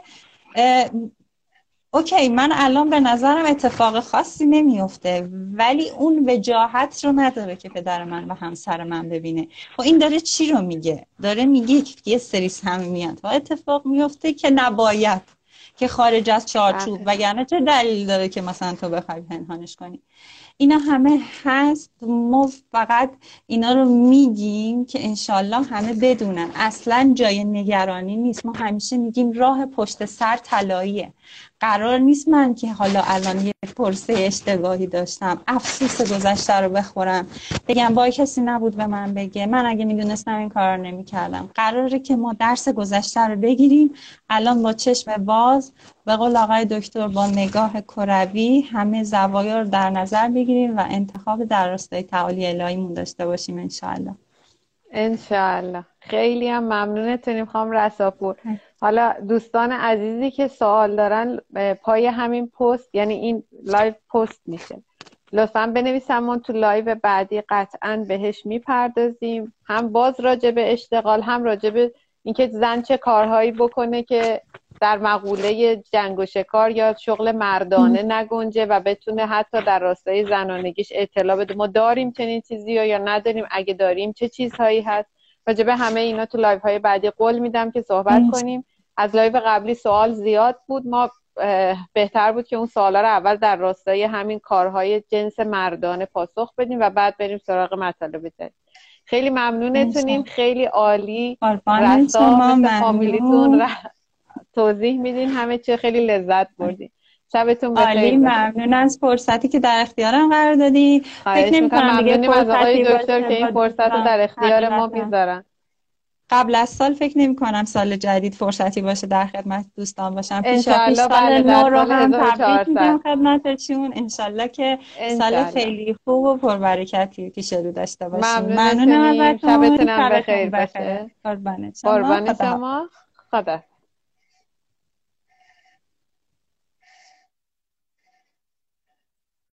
C: اوکی من الان به نظرم اتفاق خاصی نمیفته، ولی اون وجاهت رو نداره که پدر من و همسر من ببینه. و این داره چی رو میگه؟ داره میگه که یه سری صمیمیت ها اتفاق میفته که نباید، که خارج از چارچوب، وگرنه چه دلیل داره که مثلا تو بخوای پنهانش کنی؟ اینا همه هست. ما فقط اینا رو میگیم که انشالله همه بدونن اصلا جای نگرانی نیست. ما همیشه میگیم راه پشت سر طلاییه. قرار نیست من که حالا الان یه پرسه اشتباهی داشتم افسوس گذشته رو بخورم، بگم وای کسی نبود به من بگه، من اگه میدونستم این کار رو نمی‌کردم. قراره که ما درس گذشته رو بگیریم، الان با چشم باز، به قول آقای دکتر با نگاه کروی، همه زوایا رو در نظر بگیریم و انتخاب در راستای تعالی الهیمون داشته باشیم انشاءالله.
B: انشاءالله. خیلی هم ممنونتونیم خانم رساپور. حالا دوستان عزیزی که سوال دارن پای همین پست، یعنی این لایو پست میشه، لطفاً بنویسم، من تو لایو بعدی قطعاً بهش میپردازیم، هم باز راجع به اشتغال، هم راجع به اینکه زن چه کارهایی بکنه که در مقوله جنگ و شکار یا شغل مردانه نگنجه و بتونه حتی در راستای زنانگیش اطلاع بده ما داریم چنین چیزی یا نداریم، اگه داریم چه چیزهایی هست. راجع به همه اینا تو لایو های بعدی قول میدم که صحبت کنیم. از لایو قبلی سوال زیاد بود، ما بهتر بود که اون سوالا رو اول در راستای همین کارهای جنس مردانه پاسخ بدیم و بعد بریم سراغ مطالب جدید. خیلی ممنونتونیم، خیلی عالی رسا مثل فامیلیتون توضیح میدین، همه چی خیلی لذت بردیم. شبتون بخیر.
C: عالی، ممنون از فرصتی که در اختیارم قرار دادی.
B: فکر نمی‌کنم ممنونیم از آقای دکتر که این فرصت رو در اختیار ما میذارن.
C: قبل از سال فکر نمی‌کنم سال جدید فرصتی باشه در خدمت دوستان باشم.
B: انشالله
C: سال نو رو هم تبریک
B: 1400
C: میگم خدمتشون. انشالله که سال خیلی خوب و پربرکتی پیش رو داشته باشیم.
B: ممنونم ازتون. شبتون
C: شبتون
B: بخیر باشه.
C: قربان
B: شما. خدا